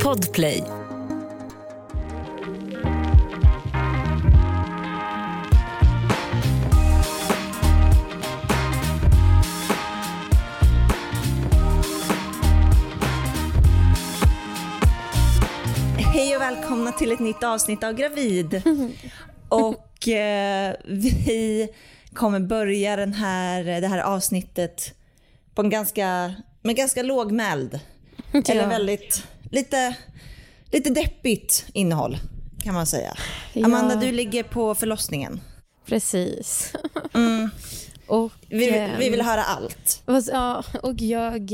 Podplay. Hej och välkomna till ett nytt avsnitt av Gravid. Och vi kommer börja det här avsnittet på en ganska lågmäld. Ja. Eller väldigt lite deppigt innehåll kan man säga. Ja. Amanda, du ligger på förlossningen. Precis. Och vi vill höra allt. Ja, och jag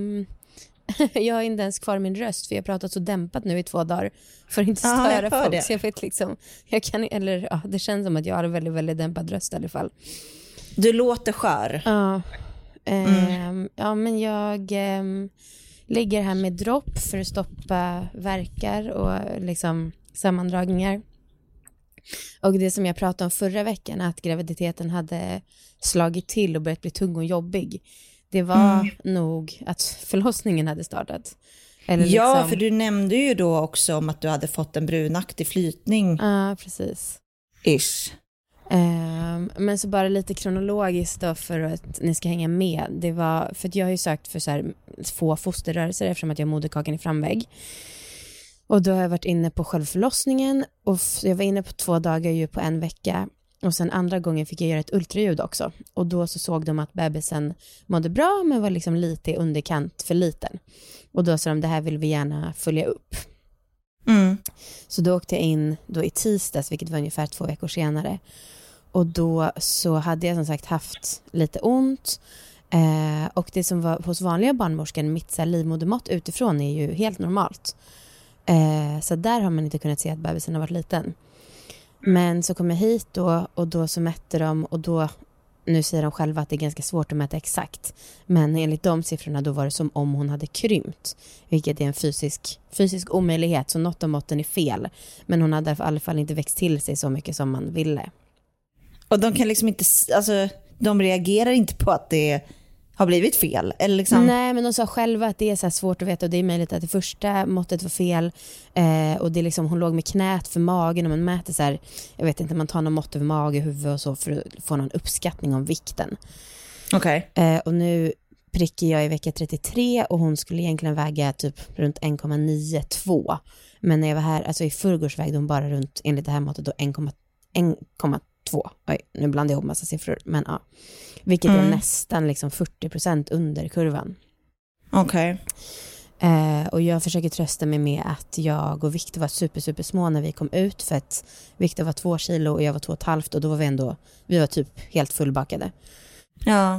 har inte ens kvar min röst för jag har pratat så dämpat nu i 2 dagar för att inte störa folk. Det. Så jag vet liksom, det känns som att jag har en väldigt, väldigt dämpad röst i alla fall. Du låter skör. Ja. Ja, men jag ligger här med dropp för att stoppa värkar och liksom sammandragningar. Och det som jag pratade om förra veckan, att graviditeten hade slagit till och börjat bli tung och jobbig. Det var nog att förlossningen hade startat. Eller ja, liksom... för du nämnde ju då också om att du hade fått en brunaktig flytning. Ja, precis. Ish. Men så bara lite kronologiskt då för att ni ska hänga med. Det var, för att jag har ju sökt för så här få fosterrörelser eftersom att jag har moderkakan i framvägg. Och då har jag varit inne på självförlossningen och jag var inne på 2 dagar ju på 1 vecka. Och sen andra gången fick jag göra ett ultraljud också. Och då så såg de att bebisen mådde bra men var liksom lite i underkant för liten. Och då sa de, det här vill vi gärna följa upp. Så då åkte jag in då i tisdags, vilket var ungefär 2 veckor senare. Och då så hade jag som sagt haft lite ont. Och det som var hos vanliga barnmorskan, mitt livmodermått utifrån är ju helt normalt. Så där har man inte kunnat se att bebisen har varit liten. Men så kom jag hit då och då så mätte de och då, nu säger de själva att det är ganska svårt att mäta exakt. Men enligt de siffrorna då var det som om hon hade krympt. Vilket är en fysisk omöjlighet, så något av måtten är fel. Men hon hade i alla fall inte växt till sig så mycket som man ville. Och de kan liksom inte, alltså de reagerar inte på att det har blivit fel eller liksom... Nej, men de sa själva att det är så här svårt att veta och det är möjligt att det första måttet var fel och det är liksom, hon låg med knät för magen och man mäter så här, jag vet inte, man tar någon mått över mage, huvud och så för att få någon uppskattning om vikten. Okej. Och nu prickar jag i vecka 33 och hon skulle egentligen väga typ runt 1,92. Men när jag var här, alltså i förrgårs vägde hon bara runt, enligt det här måttet då 1,2. Oj, nu blandar jag ihop massa siffror, men ja. Vilket är nästan liksom 40% under kurvan. Okej. Och jag försöker trösta mig med att jag och Victor var super små när vi kom ut. För att Victor var 2 kilo och jag var 2,5 och då var vi var typ helt fullbakade. Ja.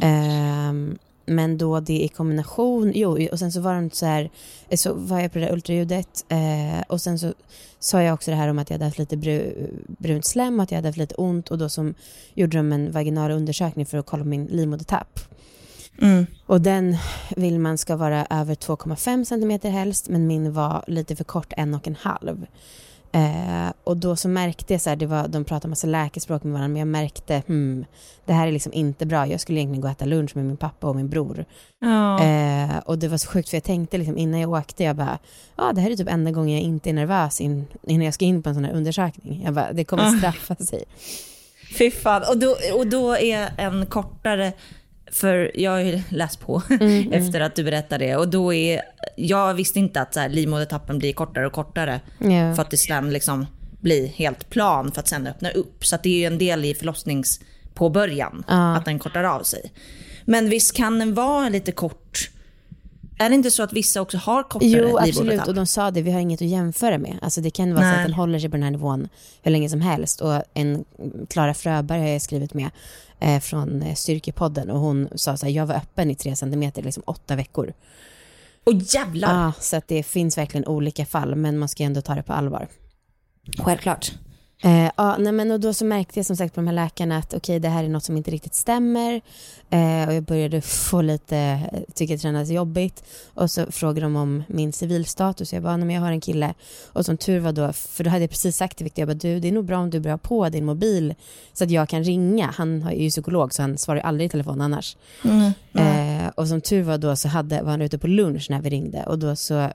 Men då det i kombination, och sen så var de så här, så var jag på det där ultraljudet och sen så sa jag också det här om att jag hade haft lite brunt slem, att jag hade haft lite ont och då som gjorde de en vaginal undersökning för att kolla min livmodertapp. Och den vill man ska vara över 2,5 centimeter helst, men min var lite för kort, 1,5. Och då så märkte jag så här, de pratade massa läkespråk med varandra, men jag märkte det här är liksom inte bra. Jag skulle egentligen gå och äta lunch med min pappa och min bror. Och det var så sjukt för jag tänkte liksom, innan jag åkte, jag bara, det här är typ enda gången jag inte är nervös innan jag ska in på en sån här undersökning. Jag bara, det kommer straffa sig. Fy fan. Och då är en kortare, för jag har ju läst på efter att du berättade det, och då jag visste inte att så här, livmodertappen blir kortare och kortare för att det sen liksom blir helt plan för att sen öppna upp, så att det är ju en del i förlossningspåbörjan att den kortar av sig. Men visst kan den vara lite kort? Är det inte så att vissa också har kortare livmodertapp? Jo, absolut, och de sa det, vi har inget att jämföra med. Alltså det kan vara så att den håller sig på den här nivån hur länge som helst. Och en Klara Fröberg har jag skrivit med från Styrkepodden, och hon sa så här, jag var öppen i 3 centimeter liksom 8 veckor. Och jävlar! Så att det finns verkligen olika fall, men man ska ändå ta det på allvar. Självklart. Och då så märkte jag som sagt på de här läkarna att okej, det här är något som inte riktigt stämmer. Och jag började få lite, tycker det kändes jobbigt. Och så frågade de om min civilstatus. Jag bara, men jag har en kille. Och som tur var då, för då hade jag precis sagt till Victor, jag bara, det är nog bra om du börjar på din mobil så att jag kan ringa. Han är ju psykolog så han svarar aldrig i telefon annars. Och som tur var då så var han ute på lunch när vi ringde. Och då så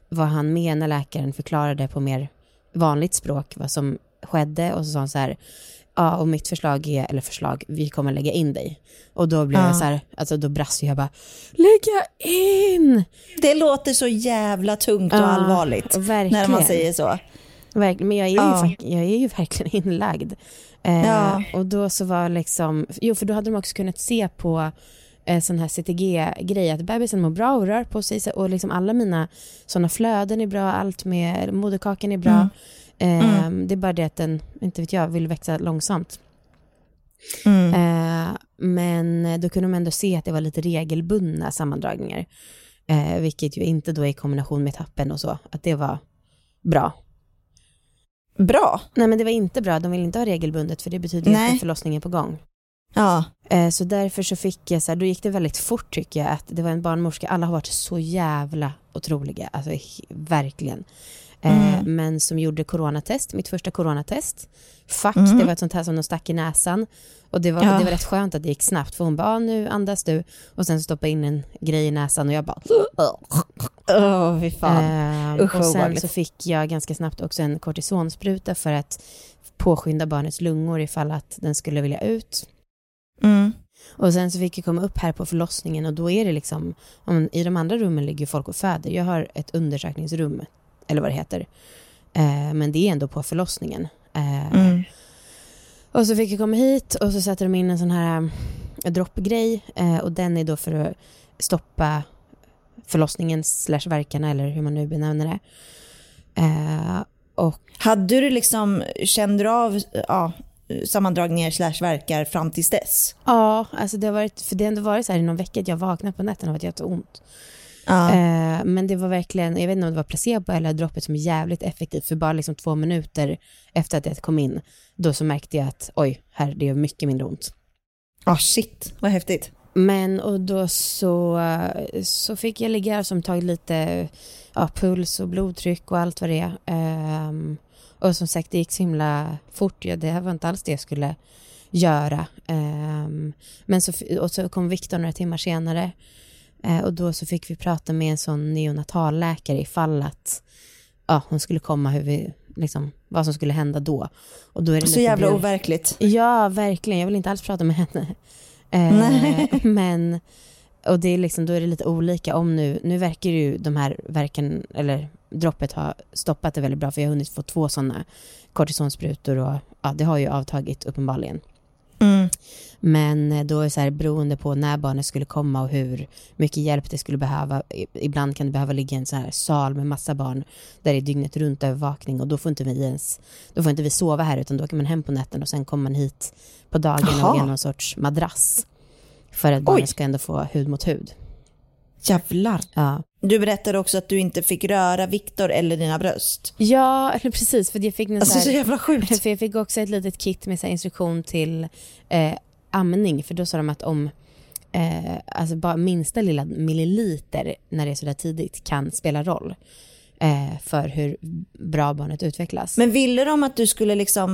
var han med när läkaren förklarade på mer vanligt språk vad som skedde, och så sa han så här: ja, och mitt förslag är, vi kommer lägga in dig. Och då blev jag så här, alltså då brast jag bara, lägga in! Det låter så jävla tungt och allvarligt när man säger så. Verkligen, men jag är ju verkligen inlagd. Och då så var liksom, för då hade de också kunnat se på sån här CTG-grej att bebisen mår bra och rör på sig, och liksom alla mina såna flöden är bra, allt med moderkakan är bra. Det är bara det att den, inte vet jag, vill växa långsamt. Men då kunde de ändå se att det var lite regelbundna sammandragningar, vilket ju inte då är i kombination med tappen och så, att det var bra. Nej, men det var inte bra. De vill inte ha regelbundet, för det betyder att förlossningen är på gång. Ja. Så därför så fick jag så här, då gick det väldigt fort tycker jag, att det var en barnmorska, alla har varit så jävla otroliga, alltså verkligen. Men som gjorde coronatest, mitt första coronatest. Det var ett sånt här som de stack i näsan. Och det var rätt skönt att det gick snabbt, för hon bara, nu andas du. Och sen stoppa in en grej i näsan och jag bara fy fan. Och sen så fick jag ganska snabbt också en kortisonspruta för att påskynda barnets lungor ifall att den skulle vilja ut. Och sen så fick jag komma upp här på förlossningen, och då är det liksom, i de andra rummen ligger folk och föder. Jag har ett undersökningsrum, eller vad det heter. Men det är ändå på förlossningen. Och så fick jag komma hit, och så satte de in en sån här droppgrej, och den är då för att stoppa förlossningen / verkarna, eller hur man nu benämner det. Och hade du liksom, kände du av sammandragningar / verkar fram tills dess? Ja, alltså det har varit, för det har ändå varit så här i någon vecka att jag vaknat på natten av att jag har ont. Men det var verkligen, jag vet inte om det var placebo eller droppet som är jävligt effektivt, för bara liksom 2 minuter efter att jag kom in, då så märkte jag att här, det gör mycket mindre ont. Shit, vad häftigt. Men och då så fick jag ligga som tagit lite puls och blodtryck och allt vad det är. Och som sagt, det gick så himla fort. Det här var inte alls det jag skulle göra. Men så kom Victor några timmar senare. Och då så fick vi prata med en sån neonatalläkare ifall att hon skulle komma, vad som skulle hända då. Och då är det så jävla overkligt. Ja, verkligen. Jag vill inte alls prata med henne. Men och det är liksom, då är det lite olika. Om nu verkar ju de här verken, eller droppet, ha stoppat det väldigt bra, för jag har hunnit få 2 sådana kortisonsprutor, och det har ju avtagit uppenbarligen. Men då är det så här, beroende på när barnet skulle komma och hur mycket hjälp det skulle behöva. Ibland kan det behöva ligga i en så här sal med massa barn där det är dygnet runt övervakning, och då får inte vi sova här, utan då kan man hem på natten och sen kommer man hit på dagen och någon sorts madrass för att barnet ska ändå få hud mot hud. Jävlar. Ja. Du berättade också att du inte fick röra Victor eller dina bröst. Ja, eller precis, för jag fick så jävla sjukt. För jag fick också ett litet kit med så här instruktion till amning, för då sa de att om alltså bara minsta lilla milliliter när det är så där tidigt kan spela roll för hur bra barnet utvecklas. Men ville de att du skulle liksom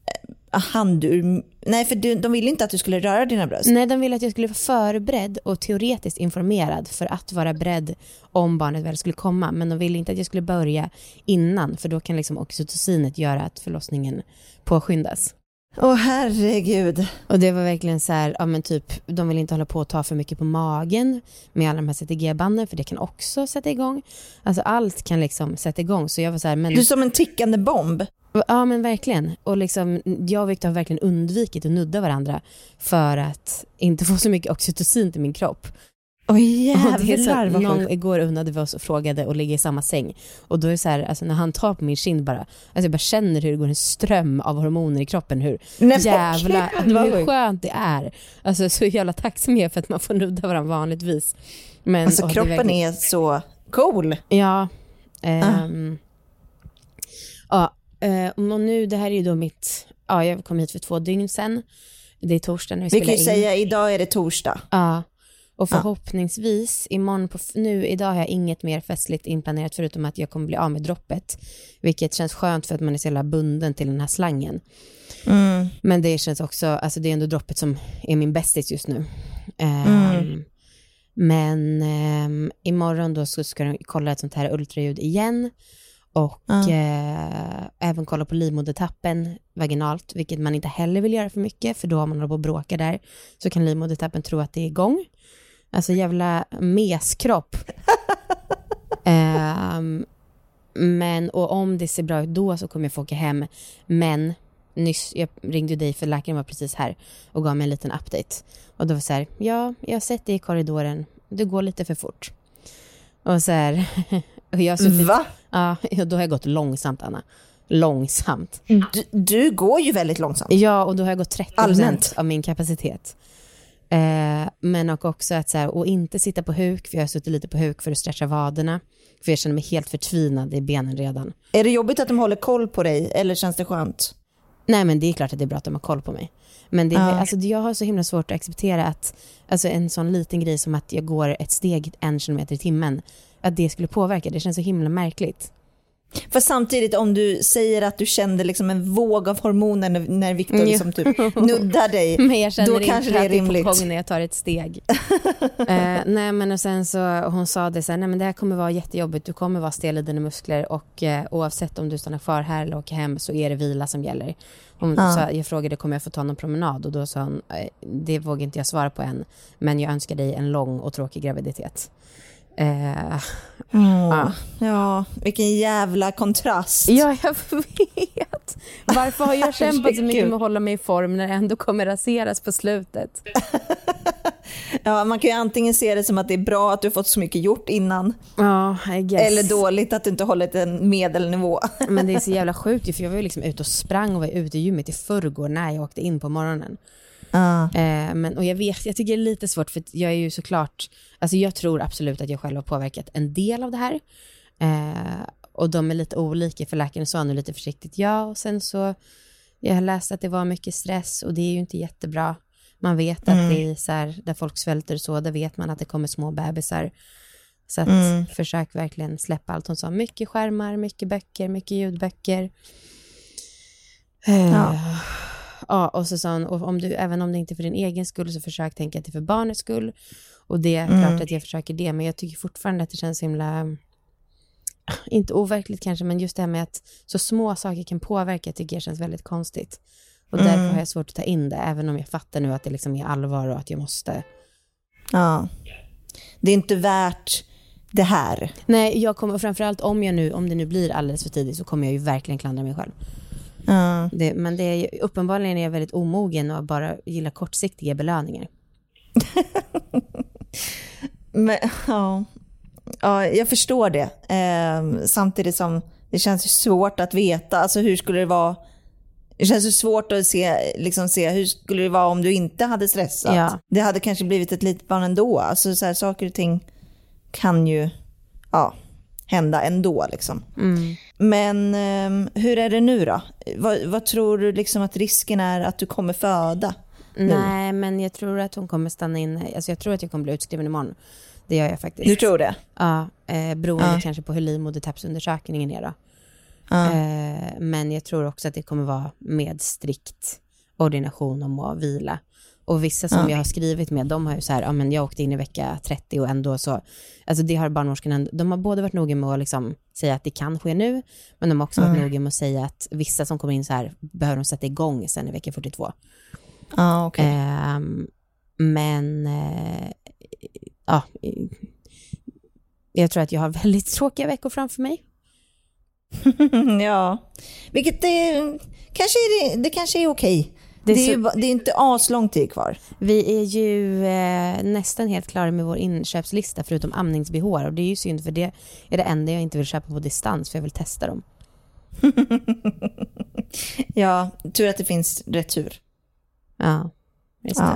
nej, för de ville inte att du skulle röra dina bröst. Nej, de ville att jag skulle vara förberedd och teoretiskt informerad för att vara beredd om barnet väl skulle komma. Men de ville inte att jag skulle börja innan, för då kan liksom oxytocinet göra att förlossningen påskyndas. Herregud. Och det var verkligen så här, men typ, de vill inte hålla på att ta för mycket på magen med alla de här CTG-banden, för det kan också sätta igång. Alltså allt kan liksom sätta igång. Så jag var så här, men... Du är som en tickande bomb. Ja, men verkligen. Och liksom, jag och Victor har verkligen undvikit att nudda varandra för att inte få så mycket oxytocin till min kropp. Jävlar, någon igår unnade vi oss och frågade och ligger i samma säng. Och då är det så här, alltså när han tar på min kind bara, alltså jag bara känner hur det går en ström av hormoner i kroppen, hur hur skönt det är. Alltså så jävla tacksamhet för att man får nudda varandra vanligtvis. Men alltså kroppen är så cool. Ja. Och nu, det här är ju då jag kom hit för 2 dygn sedan. Det är torsdag när vi spelar in. Vi kan ju säga, idag är det torsdag. Ja. Och förhoppningsvis idag har jag inget mer festligt inplanerat, förutom att jag kommer bli av med droppet, vilket känns skönt för att man är så jävla bunden till den här slangen. Men det känns också, alltså det är ändå droppet som är min bästis just nu. Men imorgon då så ska de kolla ett sånt här ultraljud igen. Och även kolla på livmodertappen vaginalt, vilket man inte heller vill göra för mycket, för då har man hållit på att bråka där. Så kan livmodertappen tro att det är igång. Alltså jävla meskropp. Men och om det ser bra ut då så kommer jag få åka hem. Men nyss, jag ringde dig för läkaren var precis här och gav mig en liten update. Och då var så här, ja, jag har sett dig i korridoren. Du går lite för fort. Och så här... Och jag Va? Ja, då har jag gått långsamt, Anna. Långsamt. Du går ju väldigt långsamt. Ja, och då har jag gått 30% allmänt av min kapacitet. Men också att så här, och inte sitta på huk, för jag har suttit lite på huk för att stretcha vaderna. För jag känner mig helt förtvinad i benen redan. Är det jobbigt att de håller koll på dig, eller känns det skönt? Nej, men det är klart att det är bra att de har koll på mig. Men det är, alltså, jag har så himla svårt att acceptera att alltså, en sån liten grej som att jag går ett steg 1 kilometer i timmen, att det skulle påverka. Det känns så himla märkligt. För samtidigt, om du säger att du kände liksom en våg av hormoner när Victor liksom typ nuddar dig, men jag känner då inte kanske det är rimligt. På gång när jag tar ett steg. Nej, men och sen så hon sa det så här, nej men det här kommer vara jättejobbigt. Du kommer vara stel i dina muskler och oavsett om du stannar kvar här eller åker hem så är det vila som gäller. Hon sa, jag frågade, kommer jag få ta någon promenad? Och då sa hon, det vågar inte jag svara på än, men jag önskar dig en lång och tråkig graviditet. Ja, vilken jävla kontrast. Ja, jag vet. Varför har jag kämpat så mycket med att hålla mig i form när det ändå kommer raseras på slutet? Ja, man kan ju antingen se det som att det är bra att du har fått så mycket gjort innan. Ja, I guess. Eller dåligt att du inte hållit en medelnivå. Men det är så jävla sjukt, för jag var ju liksom ute och sprang och var ute i gymmet i förrgår när jag åkte in på morgonen. Men, och jag tycker det är lite svårt, för jag är ju såklart, alltså jag tror absolut att jag själv har påverkat en del av det här, och de är lite olika, för läkaren sa nu lite försiktigt och sen så jag har läst att det var mycket stress och det är ju inte jättebra. Man vet att det är så här, där folk svälter så, där vet man att det kommer små bebisar, så att försök verkligen släppa allt. Hon sa mycket skärmar, mycket böcker, mycket ljudböcker. Ja, och så sa hon, och även om det inte är för din egen skull, så försök tänka att det är för barnets skull. Och det är klart att jag försöker det, men jag tycker fortfarande att det känns himla, inte overkligt kanske, men just det här med att så små saker kan påverka, tycker jag känns väldigt konstigt. Och därför har jag svårt att ta in det, även om jag fattar nu att det liksom är allvar och att jag måste. Ja, det är inte värt det här. Nej, jag kommer, framförallt om det nu blir alldeles för tidigt, så kommer jag ju verkligen klandra mig själv. Men det är uppenbarligen är jag väldigt omogen och bara gillar kortsiktiga belöningar. Men, ja, jag förstår det. Samtidigt som det känns svårt att veta, alltså hur skulle det vara. Det känns så svårt att se hur skulle det vara om du inte hade stressat. Ja. Det hade kanske blivit ett litet barn ändå. Alltså så här, saker och ting kan ju hända ändå liksom. Men hur är det nu då? Vad tror du liksom att risken är att du kommer föda nu? Nej, men jag tror att hon kommer stanna in. Alltså jag tror att jag kommer bli utskriven imorgon. Det gör jag faktiskt. Du tror det? Ja, beroende kanske på hur livmodertappsundersökningen är då. Men jag tror också att det kommer vara med strikt ordination om att vila. Och vissa som jag har skrivit med, de har ju så här, men jag åkte in i vecka 30 och ändå så, alltså det har barnmorskorna, de har både varit noga med att liksom säga att det kan ske nu, men de har också varit noga med att säga att vissa som kommer in så här behöver de sätta igång sen i vecka 42. Okay. Men jag tror att jag har väldigt tråkiga veckor framför mig. Ja, vilket det kanske är okej. Det är inte aslång tid kvar. Vi är ju nästan helt klara med vår inköpslista förutom amningsbehår, och det är ju synd, för det är det enda jag inte vill köpa på distans, för jag vill testa dem. Ja, tur att det finns retur. Ja, just det.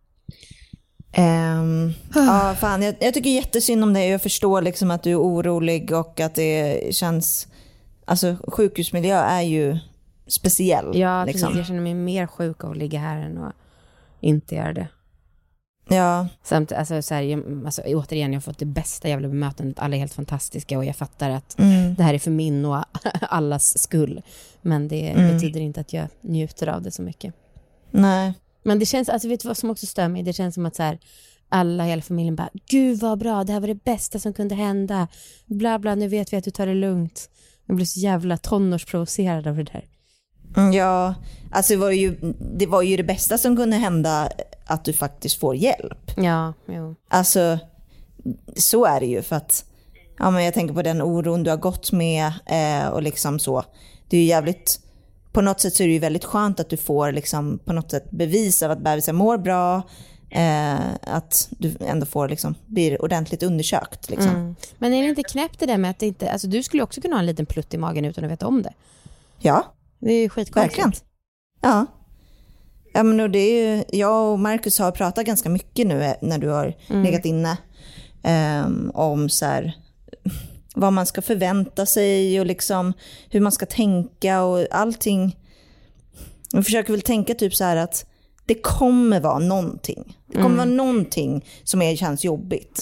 Fan, jag tycker jättesynd om det. Jag förstår liksom att du är orolig och att det känns, alltså sjukhusmiljö är ju speciell. Ja, liksom. precis. Jag känner mig mer sjuk av att ligga här än att inte göra det. Ja. Samt, alltså, så här, återigen, jag har fått det bästa jävla bemötandet. Alla är helt fantastiska och jag fattar att det här är för min och allas skull. Men det betyder inte att jag njuter av det så mycket. Nej. Men det känns, alltså vet du vad som också stör mig? Det känns som att så här, hela familjen bara, gud vad bra, det här var det bästa som kunde hända. Bla bla, nu vet vi att du tar det lugnt. Jag blev så jävla tonårsprovocerad av det där. Ja, alltså det var ju det bästa som kunde hända, att du faktiskt får hjälp. Ja, jo. Alltså, så är det ju, för att men jag tänker på den oron du har gått med och liksom så. Det är ju jävligt, på något sätt så är det ju väldigt skönt att du får liksom på något sätt bevis av att bebisen mår bra, att du ändå får liksom, blir ordentligt undersökt liksom. Men är det inte knäppt det där med att det inte, alltså du skulle också kunna ha en liten plutt i magen utan att veta om det? Ja. Det är ju skitkonstigt. Verkligen. Ja. Ja, men och det är ju, jag och Marcus har pratat ganska mycket nu när du har legat inne om så här, vad man ska förvänta sig och liksom hur man ska tänka och allting. Jag försöker väl tänka typ så här att det kommer vara någonting. Det kommer vara någonting som känns jobbigt.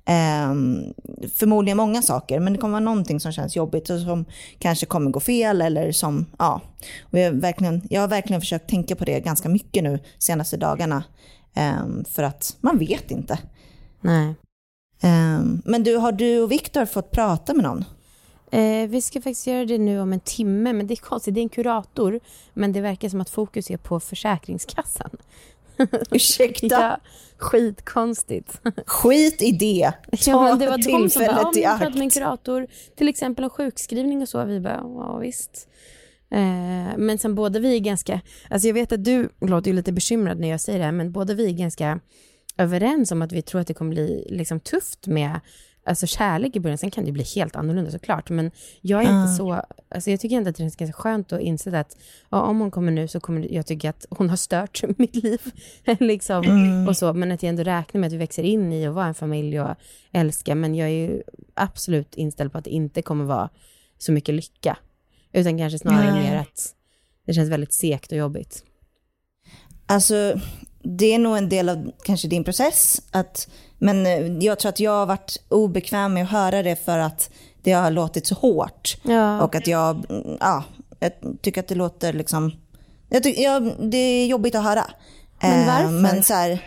Förmodligen många saker, men det kommer vara någonting som känns jobbigt och som kanske kommer gå fel eller som, ja. Och jag har verkligen försökt tänka på det ganska mycket nu senaste dagarna. För att man vet inte. Nej. Men har du och Viktor fått prata med någon? Vi ska faktiskt göra det nu om en timme, men det är konstigt, det är en kurator, men det verkar som att fokus är på Försäkringskassan. Ursäkta? Ja, skitkonstigt. Skit i det. Ta det var tillfället i akt. Med en kurator, till exempel om sjukskrivning och så, vi bara, ja visst. Men sen båda vi är ganska, alltså jag vet att du låter ju lite bekymrad när jag säger det här, men båda vi är ganska överens om att vi tror att det kommer bli liksom tufft med alltså kärlek i början. Sen kan det bli helt annorlunda såklart, men jag är inte så, alltså jag tycker inte att det är ganska skönt att inse att om hon kommer nu så kommer jag tycka att hon har stört mitt liv liksom, och så, men att jag ändå räknar med att vi växer in i och vara en familj och älska, men jag är ju absolut inställd på att det inte kommer vara så mycket lycka, utan kanske snarare mer att det känns väldigt segt och jobbigt. Alltså det är nog en del av kanske din process, men jag tror att jag har varit obekväm med att höra det för att det har låtit så hårt. Ja. Och att jag tycker att det låter liksom, det är jobbigt att höra. Men varför? Men så här,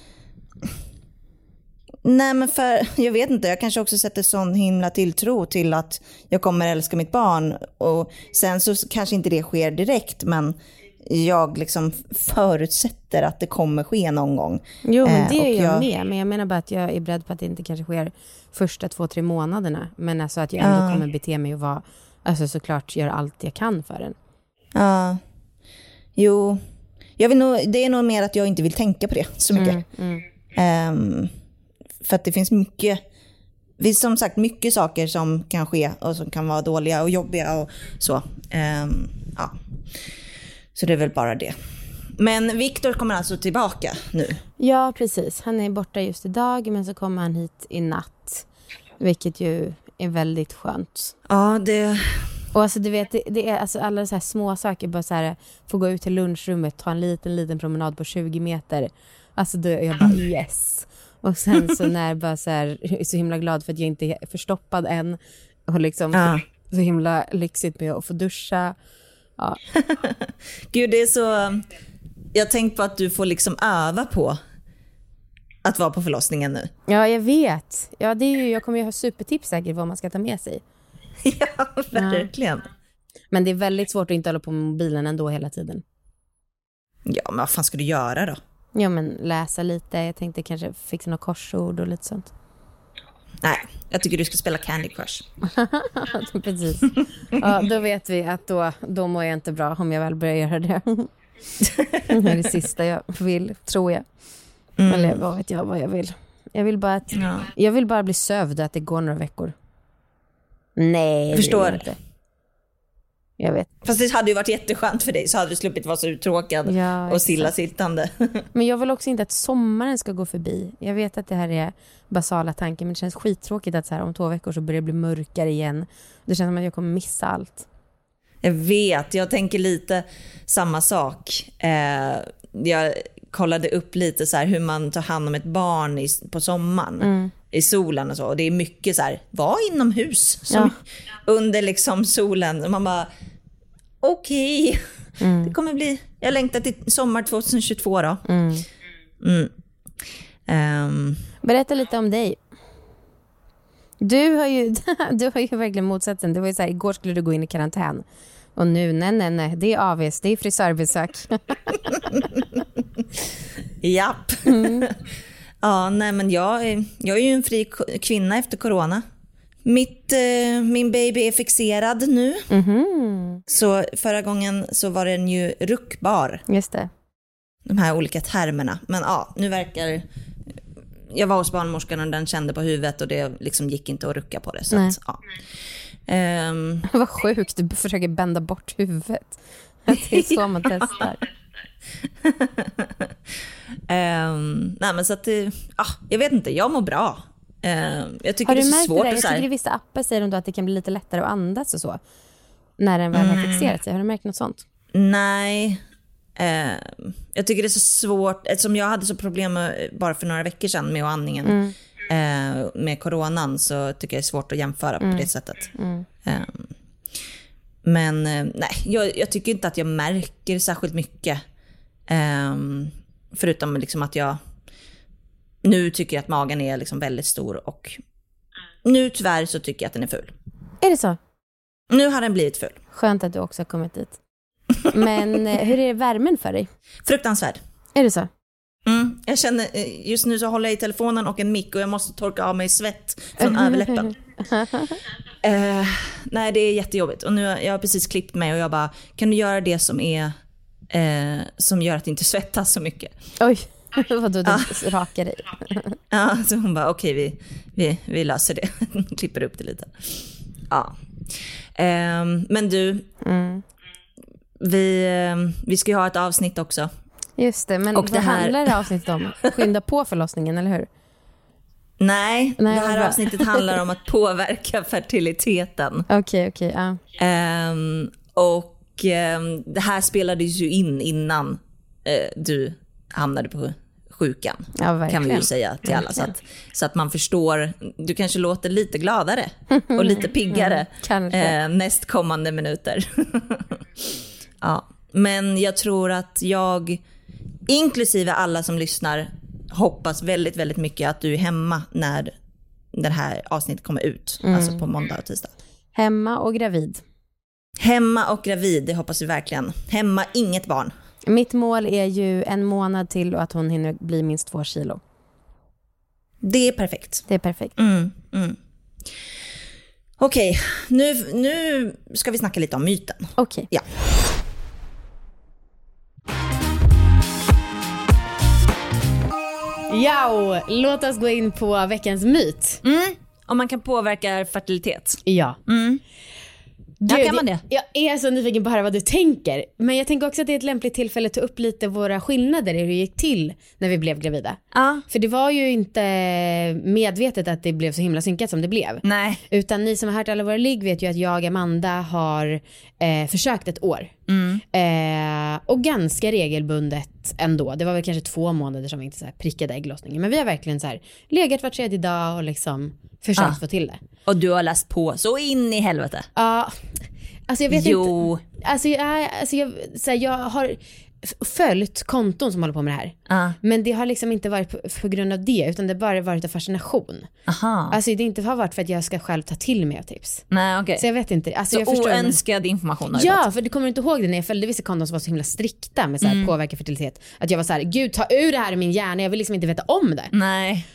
nej, men för jag vet inte, jag kanske också sätter sån himla tilltro till att jag kommer älska mitt barn, och sen så kanske inte det sker direkt, men jag liksom förutsätter att det kommer ske någon gång. Jo, men det är jag med. Men jag menar bara att jag är beredd på att det inte kanske sker första 2-3 månaderna. Men alltså att jag ändå kommer bete mig och vara, alltså såklart göra allt jag kan för den. Ja. Jo. Det är nog mer att jag inte vill tänka på det så mycket. För att det finns som sagt mycket saker som kan ske och som kan vara dåliga och jobbiga och så. Ja. Så det är väl bara det. Men Viktor kommer alltså tillbaka nu? Ja, precis. Han är borta just idag, men så kommer han hit i natt. Vilket ju är väldigt skönt. Ja, det... Och alltså du vet, det är alltså alla så här små saker. Bara så här, få gå ut till lunchrummet, ta en liten promenad på 20 meter. Alltså då jag bara yes. Och sen så när jag bara så här, jag är så himla glad för att jag inte är förstoppad än. Och liksom så himla lyxigt med att få duscha. Ja. Gud, det är så... Jag tänkte på att du får liksom öva på att vara på förlossningen nu. Ja, jag vet. Ja, det är ju, jag kommer ju ha supertips säkert vad man ska ta med sig. Ja, verkligen. Ja. Men det är väldigt svårt att inte hålla på med mobilen ändå hela tiden. Ja, men vad fan ska du göra då? Ja, men läsa lite. Jag tänkte kanske fixa något korsord och lite sånt. Nej, jag tycker du ska spela Candy Crush. Precis. Ja, då vet vi att då mår jag inte bra om jag väl börjar göra det. Det är det sista jag vill, tror jag. Eller vad vet jag vad jag vill. Jag vill bara bli sövd att det går några veckor. Nej, förstår. Det inte. Jag vet. Fast det hade ju varit jätteskönt för dig, så hade du sluppit vara så uttråkad och stillasittande. Men jag vill också inte att sommaren ska gå förbi. Jag vet att det här är basala tankar, men det känns skittråkigt att så här, om 2 veckor så börjar det bli mörkare igen. Det känns som att jag kommer missa allt. Jag vet, jag tänker lite samma sak. Jag kollade upp lite så här hur man tar hand om ett barn på sommaren i solen och så. Och det är mycket så här, var inomhus under liksom solen. Man bara, okej. Det kommer bli, jag längtar till sommar 2022 då. Berätta lite om dig. Du har ju verkligen motsatsen. Det var ju så här, igår skulle du gå in i karantän. Och nu, nej, det är AVs, det är frisörbesök. Japp. Ja, nej men jag är ju en fri kvinna efter corona. Min baby är fixerad nu. Så förra gången så var den ju ruckbar. Just det. De här olika termerna. Men ja, nu verkar... Jag var hos barnmorskan och den kände på huvudet och det liksom gick inte att rucka på det. Så att, ja. Vad sjukt, du försöker bända bort huvudet. Det är så man testar. Nej men så att jag vet inte, jag mår bra. Jag tycker har du det är så märkt svårt det där? att Jag tycker i vissa appar säger de då att det kan bli lite lättare att andas och så. När den väl har fixerat sig. Har du märkt något sånt? Nej. Jag tycker det är så svårt, eftersom jag hade så problem bara för några veckor sedan med andningen med coronan, så tycker jag det är svårt att jämföra på det sättet. Men nej, jag tycker inte att jag märker särskilt mycket, förutom liksom att jag nu tycker att magen är liksom väldigt stor, och nu tyvärr så tycker jag att den är full. Är det så? Nu har den blivit full. Skönt att du också har kommit dit. Men hur är värmen för dig? Fruktansvärd. Är det så? Jag känner, just nu så håller jag i telefonen och en mick och jag måste torka av mig svett från överläppen. Nej, det är jättejobbigt. Och nu jag har precis klippt mig och jag bara, kan du göra det som är som gör att det inte svettas så mycket? Oj, vadå, du rakar dig? Ja, så hon bara, okej, vi löser det. Klipper upp det lite. Ja. Men du, vi ska ju ha ett avsnitt också. Just det, men vad handlar det avsnittet om? Skynda på förlossningen, eller hur? Nej, det här avsnittet handlar om att påverka fertiliteten. Okej, ja. Det här spelades ju in innan du hamnade på sjukan. Ja, kan vi ju säga till alla. Så att man förstår, du kanske låter lite gladare och lite piggare nästkommande minuter. Ja, men jag tror att jag, inklusive alla som lyssnar, hoppas väldigt, väldigt mycket att du är hemma när det här avsnittet kommer ut. Alltså på måndag och tisdag. Hemma och gravid. Hemma och gravid, det hoppas vi verkligen. Hemma, inget barn. Mitt mål är ju 1 månad till och att hon hinner bli minst 2 kilo. Det är perfekt. Det är perfekt. Okej, nu ska vi snacka lite om myten. Okej. Ja. Ja, låt oss gå in på veckans myt. Om man kan påverka fertilitet. Ja. Ja, kan man det? Jag är så nyfiken på att höra vad du tänker. Men jag tänker också att det är ett lämpligt tillfälle att ta upp lite våra skillnader i hur det gick till när vi blev gravida. För det var ju inte medvetet att det blev så himla synkat som det blev. Nej. Utan ni som har hört alla våra ligg vet ju att jag och Amanda har försökt ett år. Och ganska regelbundet ändå. Det var väl kanske 2 månader som vi inte så här prickade ägglossningen. Men vi har verkligen så här legat var 3:e dag och liksom försökt få till det. Och du har läst på så in i helvete. Ja, alltså jag vet inte. Jag har följt konton som håller på med det här. Men det har liksom inte varit på grund av det, utan det har bara varit en fascination. Alltså det inte har varit för att jag ska själv ta till mig av tips. Nej, okej. Så jag vet inte. Alltså, så jag förstår oönskad information har ja, för du kommer inte ihåg det när jag följde vissa konton som var så himla strikta med så här påverka fertilitet. Att jag var så här, gud ta ur det här i min hjärna, jag vill liksom inte veta om det. Nej.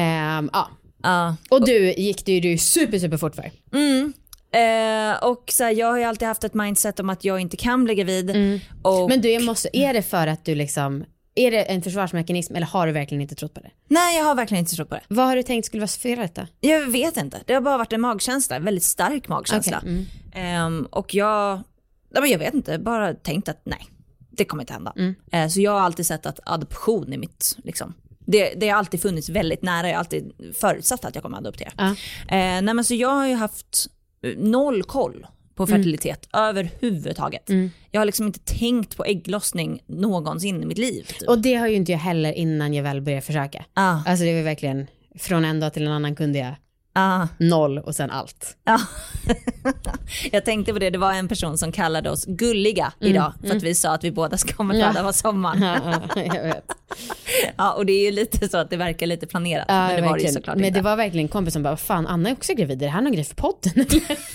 Och du gick det ju super fort för. Och så här, jag har ju alltid haft ett mindset om att jag inte kan bli gravid. Och... Men du, är det för att du liksom, är det en försvarsmekanism eller har du verkligen inte trott på det? Nej, jag har verkligen inte trott på det. Vad har du tänkt skulle vara felet då? Jag vet inte, det har bara varit en magkänsla, en väldigt stark magkänsla. Och jag vet inte, bara tänkt att nej, det kommer inte hända. Så jag har alltid sett att adoption är mitt liksom. Det har alltid funnits väldigt nära. Jag har alltid förutsatt att jag kommer att adoptera. Nej, men så jag har ju haft 0 koll på fertilitet överhuvudtaget. Jag har liksom inte tänkt på ägglossning någonsin i mitt liv. Typ. Och det har ju inte jag heller innan jag väl började försöka. Alltså det var verkligen från en dag till en annan kunde jag 0 och sen allt. Jag tänkte på det. Det var en person som kallade oss gulliga idag för att vi sa att vi båda ska komma föda var sommaren. Jag vet. Ja, och det är ju lite så att det verkar lite planerat. Ja, men det var det ju såklart men inte. det var verkligen en kompis som bara, fan, Anna är också gravid, är det här någon grej för podden?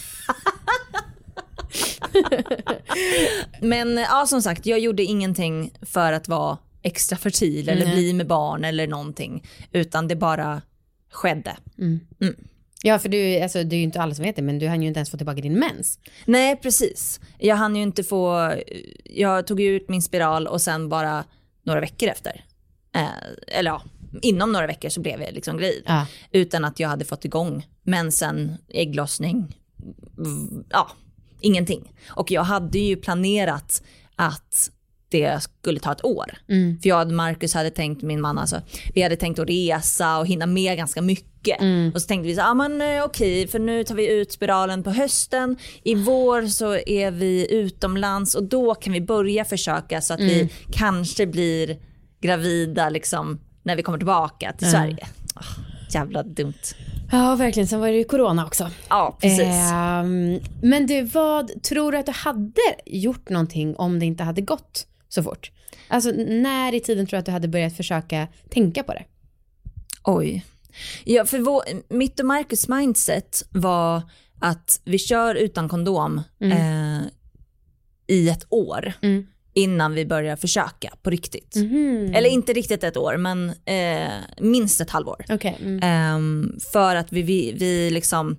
Men ja, som sagt, jag gjorde ingenting för att vara extra fertil eller bli med barn eller någonting, utan det bara skedde. Ja, för det är ju inte alla som vet det, men du hann ju inte ens få tillbaka din mens. Nej, precis. Jag hann ju inte jag tog ut min spiral och sen bara några veckor efter. Eller ja, inom några veckor så blev jag liksom gravid. Ja. Utan att jag hade fått igång mensen, ägglossning, ingenting. Och jag hade ju planerat att det skulle ta ett år. För jag och Marcus hade tänkt, min man alltså, vi hade tänkt att resa och hinna med ganska mycket. Och så tänkte vi så, okej, för nu tar vi ut spiralen på hösten. I vår så är vi utomlands och då kan vi börja försöka så att vi kanske blir gravida liksom när vi kommer tillbaka till Sverige. Jävla dumt. Ja, verkligen. Sen var det ju corona också. Ja, precis. Men du, vad tror du att du hade gjort någonting om det inte hade gått så fort? Alltså, när i tiden tror du att du hade börjat försöka tänka på det? Oj. Ja, för mitt och Marcus mindset var att vi kör utan kondom i ett år innan vi börjar försöka på riktigt. Eller inte riktigt ett år, men minst ett halvår. Okay. För att vi liksom...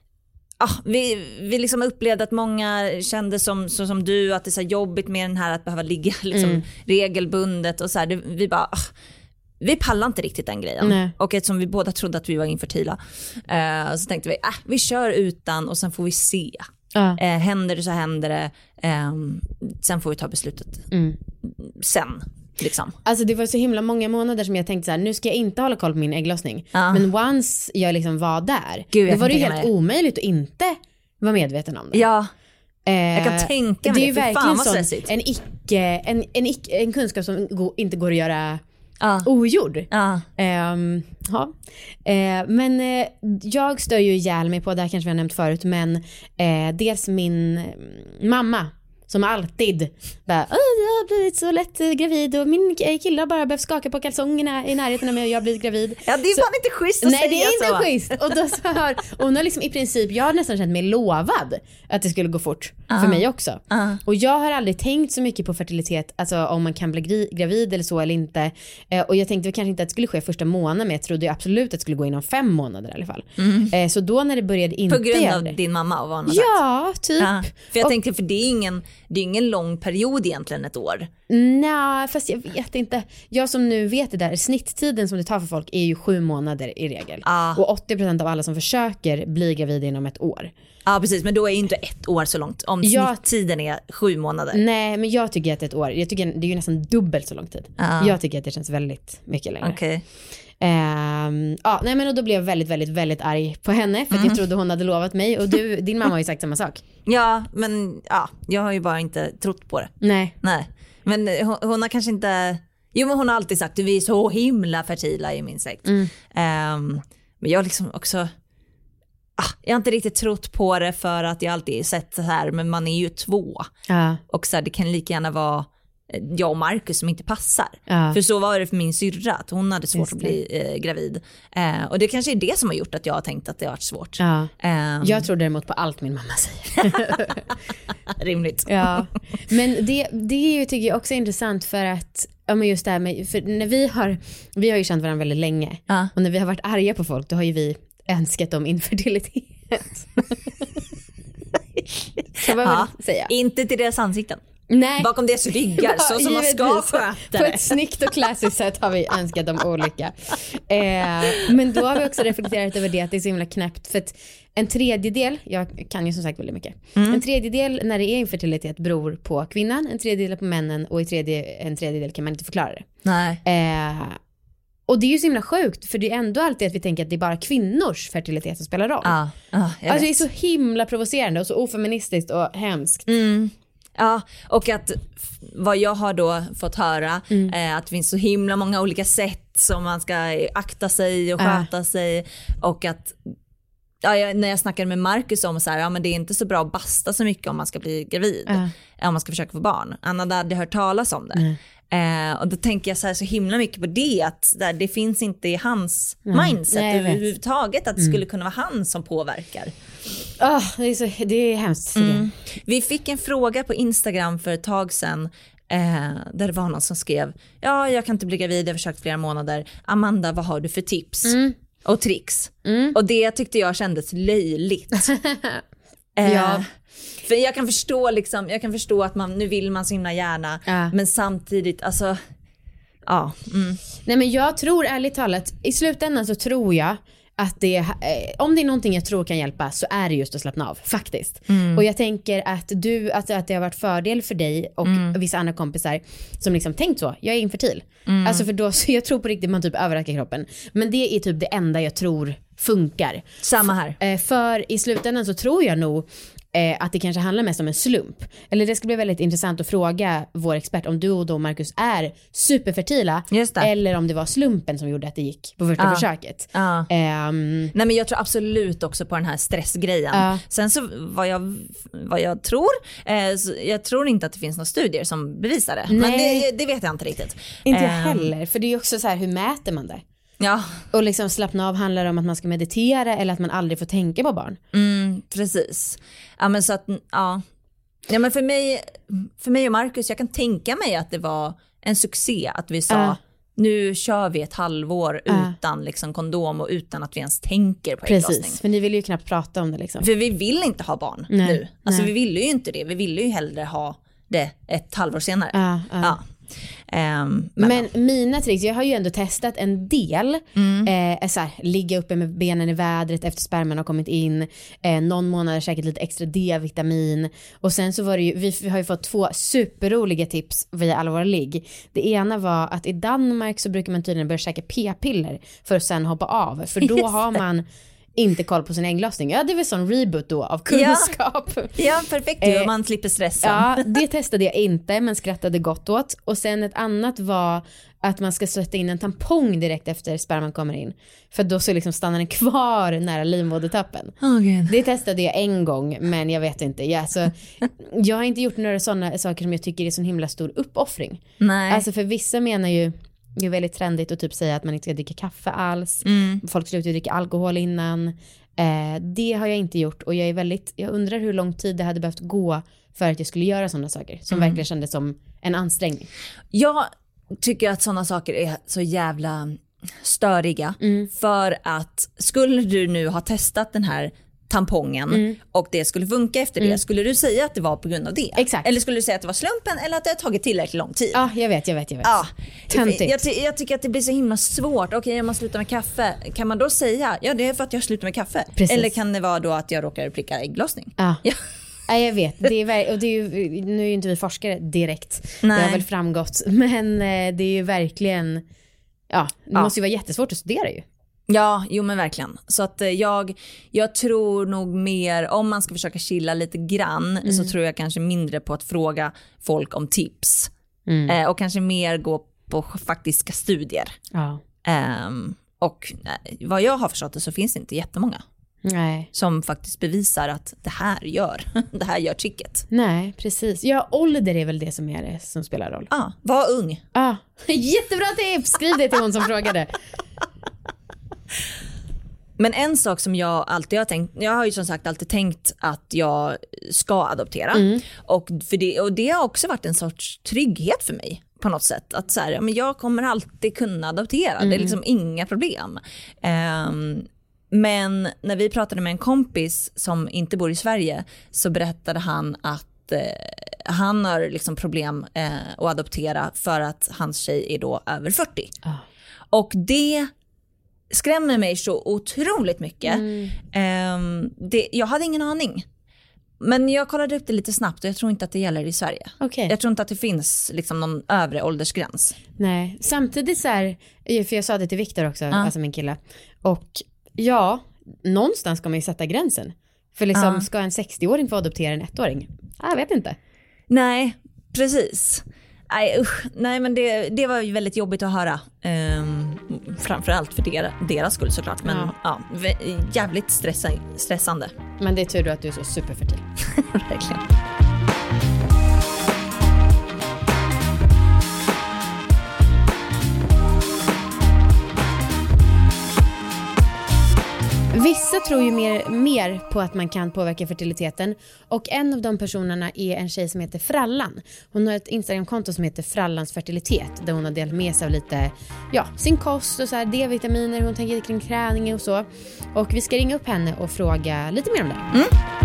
vi liksom upplevde att många kände som du, att det är så jobbigt med den här att behöva ligga liksom regelbundet och så här, vi bara vi pallar inte riktigt den grejen. Nej. Och eftersom vi båda trodde att vi var infertila så tänkte vi vi kör utan och sen får vi se. Händer det så händer det, sen får vi ta beslutet sen liksom. Alltså det var så himla många månader som jag tänkte så här, nu ska jag inte hålla koll på min ägglossning. Men once jag liksom var där, då var det ju helt omöjligt att inte vara medveten om det. Ja, jag kan tänka mig det. Det är ju verkligen en kunskap som inte går att göra ogjord. Men jag stör ju ihjäl mig på, det här kanske vi har nämnt förut, men dels min mamma som alltid bara, jag har blivit så lätt gravid och min kille har bara behövt skaka på kalsongerna i närheten av mig och jag har blivit gravid. Ja, det är fan inte schysst att säga så. Nej, det är inte schysst. Och då så hon har liksom i princip, jag har nästan känt mig lovad att det skulle gå fort för mig också. Och jag har aldrig tänkt så mycket på fertilitet, alltså om man kan bli gravid eller så eller inte. Och jag tänkte kanske inte att det skulle ske första månaden, men jag trodde absolut att det skulle gå inom 5 månader i alla fall. Så då när det började inte... På grund av din mamma och vad hon har sagt. Ja, typ. För jag tänkte, för det är ingen lång period egentligen, ett år. Nej, fast jag vet inte. Jag som nu vet det där, snitttiden som det tar för folk är ju 7 månader i regel. Och 80% av alla som försöker blir gravida inom ett år. Ja, precis, men då är ju inte ett år så långt. Om snitttiden är 7 månader. Nej, men jag tycker att ett år, jag tycker det är ju nästan dubbelt så lång tid. Jag tycker att det känns väldigt mycket längre. Okej. Nej, men då blev jag väldigt, väldigt, väldigt arg på henne för att jag trodde hon hade lovat mig, och din mamma har ju sagt samma sak. Ja, men jag har ju bara inte trott på det. Nej. Men hon har kanske inte... Jo, men hon har alltid sagt att vi är så himla fertila i min släkt. Men jag har liksom också... jag har inte riktigt trott på det för att jag alltid sett så här, men man är ju 2. Och så här, det kan lika gärna vara jag och Marcus som inte passar. För så var det för min syrra, att hon hade svårt att bli gravid. Och det kanske är det som har gjort att jag har tänkt att det har varit svårt. Jag tror däremot på allt min mamma säger. Rimligt. Men det är ju, tycker jag också är intressant, för att men just det här med, för när vi har ju känt varandra väldigt länge. Och när vi har varit arga på folk, då har ju vi önskat om infertilitet. Så vad vill säga? Inte till deras ansikten. Nej. Bakom det så liggar så som man ska sköta det. På ett snyggt och klassiskt sätt har vi önskat dem olika. Men då har vi också reflekterat över det, att det är så himla knäppt. För att en tredjedel, jag kan ju som sagt väldigt mycket. En tredjedel när det är infertilitet beror på kvinnan, en tredjedel på männen, och en tredjedel kan man inte förklara det. Nej. Och det är ju så himla sjukt, för det är ändå alltid att vi tänker att det är bara kvinnors fertilitet som spelar roll. Alltså det är så himla provocerande och så ofeministiskt och hemskt. Ja, och att vad jag har då fått höra att det finns så himla många olika sätt som man ska akta sig och sköta sig, och att när jag snackade med Marcus om så här, men det är inte så bra att basta så mycket om man ska bli gravid, om man ska försöka få barn. Han hade aldrig hört talas om det. Och då tänker jag så himla mycket på det, att det finns inte i hans mindset överhuvudtaget att det skulle kunna vara han som påverkar. Det är hemskt. Vi fick en fråga på Instagram för ett tag sedan där det var någon som skrev: ja, jag kan inte bli gravid, jag har försökt flera månader. Amanda, vad har du för tips och tricks? Och det tyckte jag kändes löjligt. För jag kan förstå att nu vill man så himla gärna, men samtidigt alltså Nej, men jag tror ärligt talat, i slutändan så tror jag att om det är någonting jag tror kan hjälpa, så är det just att slappna av faktiskt. Och jag tänker att att det har varit fördel för dig och vissa andra kompisar som liksom tänkt så, jag är infertil. Alltså för då, så jag tror på riktigt man typ överraskar kroppen. Men det är typ det enda jag tror funkar. Samma här. För i slutändan så tror jag nog att det kanske handlar mest om en slump. Eller det ska bli väldigt intressant att fråga vår expert om du och då Marcus är superfertila, eller om det var slumpen som gjorde att det gick på första försöket. Nej, men jag tror absolut också på den här stressgrejen. Sen så vad jag tror, jag tror inte att det finns några studier som bevisar det. Men det vet jag inte riktigt. Inte jag heller, för det är också så här, hur mäter man det? Ja. Och liksom slappna av handlar om att man ska meditera eller att man aldrig får tänka på barn. Precis. Ja, men så att ja, men för mig och Marcus, jag kan tänka mig att det var en succé att vi sa nu kör vi ett halvår utan liksom kondom och utan att vi ens tänker på ägglossning. Precis, för ni vill ju knappt prata om det liksom. För vi vill inte ha barn nu. Alltså vi ville ju inte det. Vi ville ju hellre ha det ett halvår senare. Ja. Men mina tricks, jag har ju ändå testat en del så här, ligga uppe med benen i vädret efter sperman har kommit in, någon månad säkert lite extra D-vitamin, och sen så var det ju, vi har ju fått 2 superroliga tips via alla våra ligg. Det ena var att i Danmark så brukar man tydligen börja käka p-piller för att sen hoppa av, för då har man inte koll på sin ägglossning. Ja, det är väl sån reboot då av kunskap. Ja, perfekt. Man slipper stressen. Ja, det testade jag inte, men skrattade gott åt. Och sen ett annat var att man ska sätta in en tampong direkt efter sperman kommer in. För då så liksom stannar den kvar nära livmodertappen. Det testade jag en gång, men jag vet inte. Jag har inte gjort några sådana saker som jag tycker är så himla stor uppoffring. Nej. Alltså för vissa menar ju, det är väldigt trendigt att typ säga att man inte ska dricka kaffe alls. Folk slutar dricka alkohol innan. Det har jag inte gjort. Och jag undrar hur lång tid det hade behövt gå för att jag skulle göra sådana saker som verkligen kändes som en ansträngning. Jag tycker att sådana saker är så jävla störiga. För att skulle du nu ha testat den här tampongen och det skulle funka efter det, skulle du säga att det var på grund av det? Exakt. Eller skulle du säga att det var slumpen, eller att det har tagit tillräckligt lång tid? Ja, jag vet. Ja. Jag tycker att det blir så himla svårt. Okej, om man slutar med kaffe, kan man då säga det är för att jag slutar med kaffe? Precis. Eller kan det vara då att jag råkar pricka ägglossning? Ja. Ja, jag vet. Det är ju, nu är ju inte vi forskare direkt. Nej. Det har väl framgått. Men det är ju verkligen, det måste ju vara jättesvårt att studera ju. Ja, jo men verkligen. Så att jag tror nog mer, om man ska försöka chilla lite grann, så tror jag kanske mindre på att fråga folk om tips. Och kanske mer gå på faktiska studier. Ja. Och vad jag har förstått det, så finns det inte jättemånga som faktiskt bevisar att det här gör tricket. Nej, precis. Ja, ålder är väl det som spelar roll. Ja, var ung. Jättebra tips! Skriv det till hon som frågade. Men en sak som jag alltid har tänkt, jag har ju som sagt alltid tänkt att jag ska adoptera. Och det har också varit en sorts trygghet för mig på något sätt. Att så här, men jag kommer alltid kunna adoptera, det är liksom inga problem. Men när vi pratade med en kompis som inte bor i Sverige, så berättade han att han har liksom problem att adoptera för att hans tjej är då över 40. Och det skrämmer mig så otroligt mycket. Jag hade ingen aning. Men jag kollade upp det lite snabbt och jag tror inte att det gäller i Sverige. Okay. Jag tror inte att det finns liksom någon övre åldersgräns. Nej, samtidigt så här, för jag sa det till Victor också, alltså min kille. Och ja, någonstans ska man ju sätta gränsen. För liksom, ska en 60-åring få adoptera en 1-åring? Jag vet inte. Nej, precis. Nej, men det var ju väldigt jobbigt att höra. Framförallt för deras skull såklart. Men jävligt stressande. Men det är tur då att du är så superfertil. Verkligen. Vissa tror ju mer på att man kan påverka fertiliteten, och en av de personerna är en tjej som heter Frallan. Hon har ett Instagramkonto som heter Frallans fertilitet, där hon har delat med sig av lite, sin kost och så här, D-vitaminer, hon tänker kring träning och så. Och vi ska ringa upp henne och fråga lite mer om det.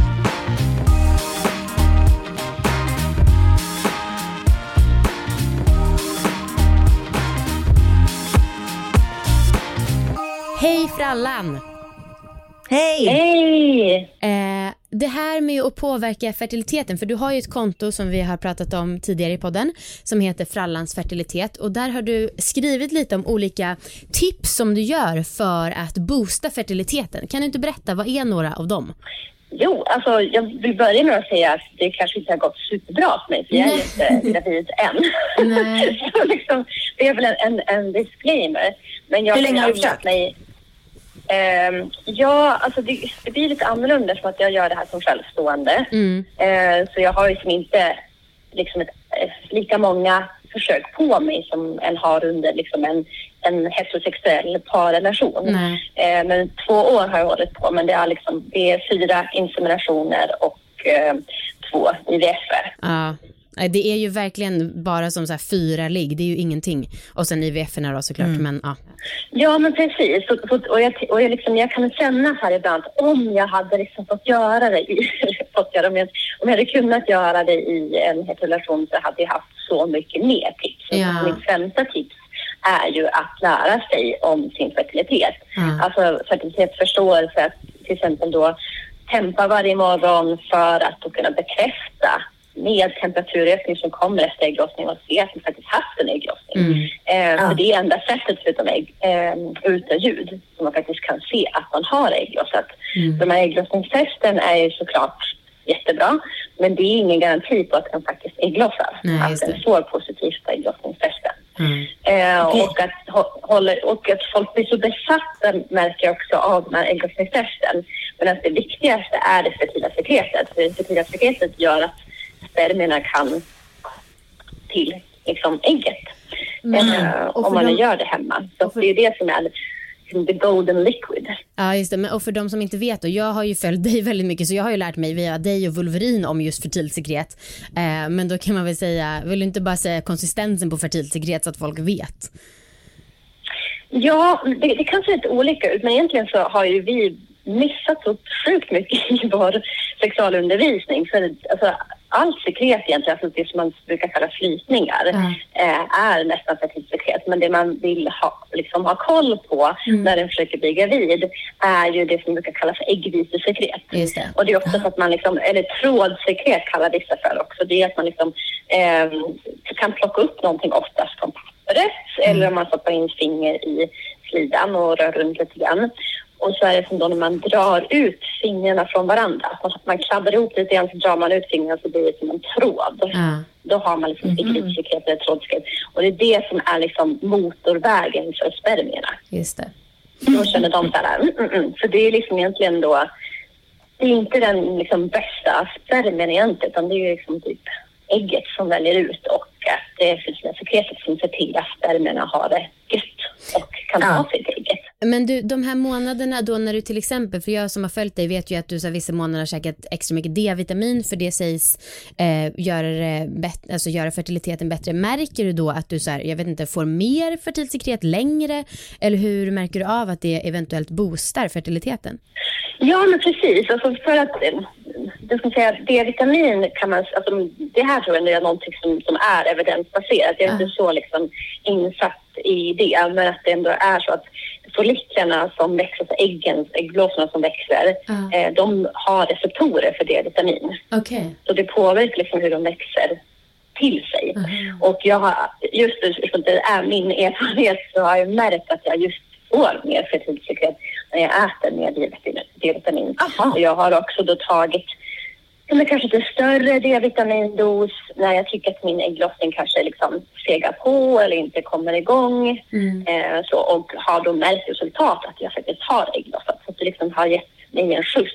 Hej Frallan! Hej! Hej! Det här med att påverka fertiliteten, för du har ju ett konto som vi har pratat om tidigare i podden som heter Frallans fertilitet, och där har du skrivit lite om olika tips som du gör för att boosta fertiliteten. Kan du inte berätta, vad är några av dem? Jo, alltså jag vill börja med att säga att det kanske inte har gått superbra för mig, för jag är inte gravid än. Nej. Så liksom, det är väl en disclaimer. Men jag Hur länge har du försökt? Alltså det blir lite annorlunda som att jag gör det här som självstående. Så jag har liksom inte liksom lika många försök på mig som en har under liksom en heterosexuell parrelation. Men 2 år har jag hållit på, men det är 4 inseminationer och 2 IVF-er. Ja. Det är ju verkligen bara som så här 4 ligg, det är ju ingenting. Och sen IVF-erna då såklart, men ja. Ja, men precis. Och jag kan känna här ibland, om jag hade liksom fått göra det om jag hade kunnat göra det i en relation, så hade jag haft så mycket mer tips. Ja. Mitt främsta tips är ju att lära sig om sin fertilitet. Alltså fertilitetsförståelse, att till exempel då tempa varje morgon för att då kunna bekräfta med temperaturökning som kommer efter ägglossning och se att vi faktiskt haft en ägglossning. För det är enda sättet förutom ultraljud som man faktiskt kan se att man har ägglossat. De här ägglossningstesten är ju såklart jättebra, men det är ingen garanti på att den faktiskt ägglossar. Att den står positivt på ägglossningstesten. Och att folk blir så besatta märker jag också av den här ägglossningstesten. Men att det viktigaste är det fertila sekretet. För det fertila sekretet gör att spermierna kan till liksom ägget. Om man gör det hemma. Så det är det som är the golden liquid. Ja, just det. Men, och för de som inte vet då, jag har ju följt dig väldigt mycket, så jag har ju lärt mig via dig och Wolverine om just fertilt sekret. Men då kan man väl säga, vill du inte bara säga konsistensen på fertilt sekret så att folk vet? Ja, det kan se lite olika ut, men egentligen så har ju vi missat så sjukt mycket i vår sexualundervisning. För alltså, allt sekret egentligen, alltså det som man brukar kalla flytningar, är nästan fertilt sekret. Men det man vill ha koll på när den försöker bli gravid är ju det som brukar kallas för äggvitesekret. Och det är ofta så att man eller trådsekret kallar vissa för också. Det är att man kan plocka upp någonting oftast från pappret, eller om man stoppar in finger i slidan och rör runt lite grann. Och så är det som då när man drar ut fingrarna från varandra. Så man kladdar ihop lite grann, så drar man ut fingrarna, så blir det som en tråd. Då har man liksom äggvitesekret eller trådsekret. Och det är det som är liksom motorvägen för spermierna. Just det. Då känner de så här, Så det är liksom egentligen då, det är inte den liksom bästa spermien egentligen, utan det är ju liksom typ ägget som väljer ut, och att det är sekretet som ser till att spermierna har det gött och kan ta sig till ägget. Men du, de här månaderna då när du till exempel, för jag som har följt dig vet ju att du så vissa månader har käkat extra mycket D-vitamin, för det sägs göra fertiliteten bättre. Märker du då att du så här, jag vet inte, får mer fertilt sekret längre, eller hur märker du av att det eventuellt boostar fertiliteten? Ja, men precis. Alltså för att det ska säga, D-vitamin kan man, alltså det här tror jag är någonting som är evidensbaserat. Jag är inte så liksom insatt i det, men att det ändå är så att folliklarna som växer, alltså äggblåsorna som växer, de har receptorer för D-vitamin. Så det påverkar liksom hur de växer till sig. Och jag har, just det är min erfarenhet, så har jag märkt att jag just får mer fertilt sekret när jag äter mer D-vitamin. Och jag har också då tagit kanske lite större D-vitamindos när jag tycker att min ägglossning kanske liksom fegar på eller inte kommer igång. Och har då märkt resultat att jag faktiskt har ägglossat. Så att det liksom har gett mig en skjuts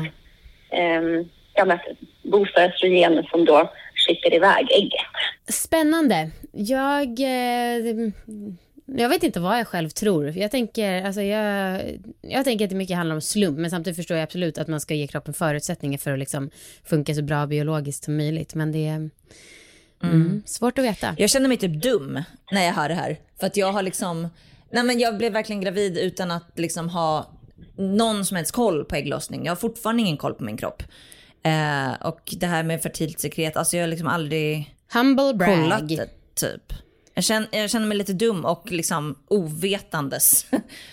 att boosta östrogen som då skickar iväg ägget. Spännande. Jag vet inte vad jag själv tror. Jag tänker, alltså jag tänker att det mycket handlar om slump, men samtidigt förstår jag absolut att man ska ge kroppen förutsättningar för att liksom funka så bra biologiskt som möjligt. Men det är svårt att veta. Jag känner mig typ dum när jag hör det här. För att jag har liksom... Nej, men jag blev verkligen gravid utan att liksom ha någon som helst koll på ägglossning. Jag har fortfarande ingen koll på min kropp. Och det här med fertilt sekret, alltså jag har liksom aldrig kollat det, typ. Jag känner mig lite dum och liksom ovetandes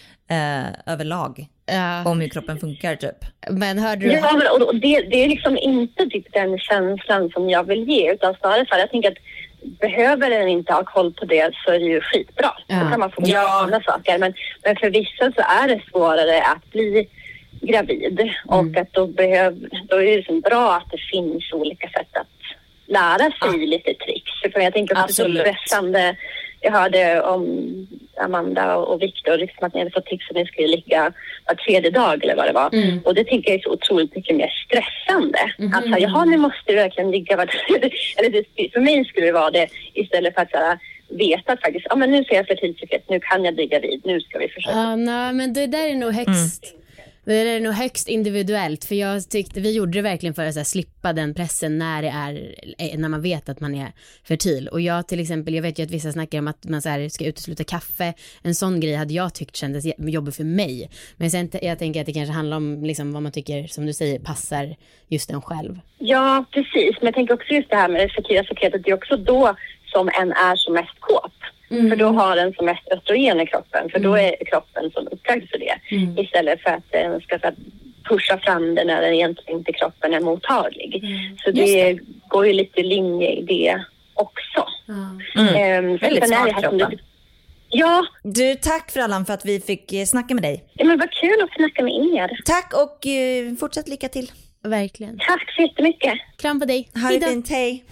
överlag om hur kroppen funkar typ. Men hörde du? Ja, och det är liksom inte typ den känslan som jag vill ge, utan snarare för jag tänker att behöver den inte ha koll på det så är det ju skitbra. Då kan man få andra saker. Men för vissa så är det svårare att bli gravid och att då är det liksom bra att det finns olika sätt att lära sig lite tricks. För jag tänker att det är så stressande. Jag hörde om Amanda och Victor liksom att ni hade fått tips att ni skulle ligga var tredje dag eller vad det var. Och det tänker jag är så otroligt mycket mer stressande. Alltså, jaha, nu måste du verkligen ligga var tredje. Eller för mig skulle det vara det istället för att veta att faktiskt, men nu ser jag fertilitet, nu kan jag bli gravid, nu ska vi försöka. Nej, men det där är nog högst... Det är nog högst individuellt, för jag tyckte vi gjorde det verkligen för att så här, slippa den pressen när man vet att man är fertil. Och jag till exempel, jag vet ju att vissa snackar om att man så här, ska utesluta kaffe. En sån grej hade jag tyckt kändes jobbig för mig. Men sen, jag tänker att det kanske handlar om liksom, vad man tycker, som du säger, passar just en själv. Ja, precis. Men jag tänker också just det här med det fertila sekretet, det är också då som en är som mest kåt. För då har den som mest östrogen i kroppen. För då är kroppen som upplagd för det. Istället för att den ska pusha fram den när den egentligen inte kroppen är mottaglig. Så det går ju lite linje i det också. Väldigt smart kroppen. Ja. Du, tack för Allan för att vi fick snacka med dig. Ja, men vad kul att snacka med er. Tack och fortsätt lycka till. Verkligen. Tack så jättemycket. Kram på dig. Ha det fint, hej.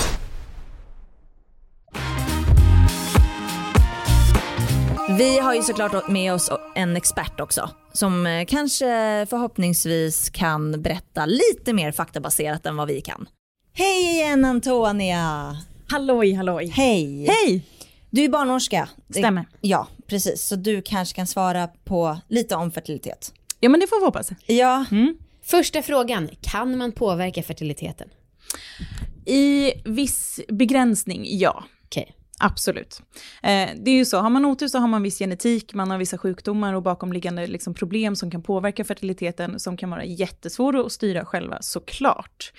Vi har ju såklart med oss en expert också som kanske förhoppningsvis kan berätta lite mer faktabaserat än vad vi kan. Hej igen Antonia! Halloj. Hej! Hej! Du är barnmorska. Stämmer. Ja, precis. Så du kanske kan svara på lite om fertilitet. Ja, men det får vi hoppas. Ja. Första frågan, kan man påverka fertiliteten? I viss begränsning, ja. Okej. Absolut. Det är ju så, har man otur så har man viss genetik, man har vissa sjukdomar och bakomliggande liksom problem som kan påverka fertiliteten, som kan vara jättesvåra att styra själva, såklart.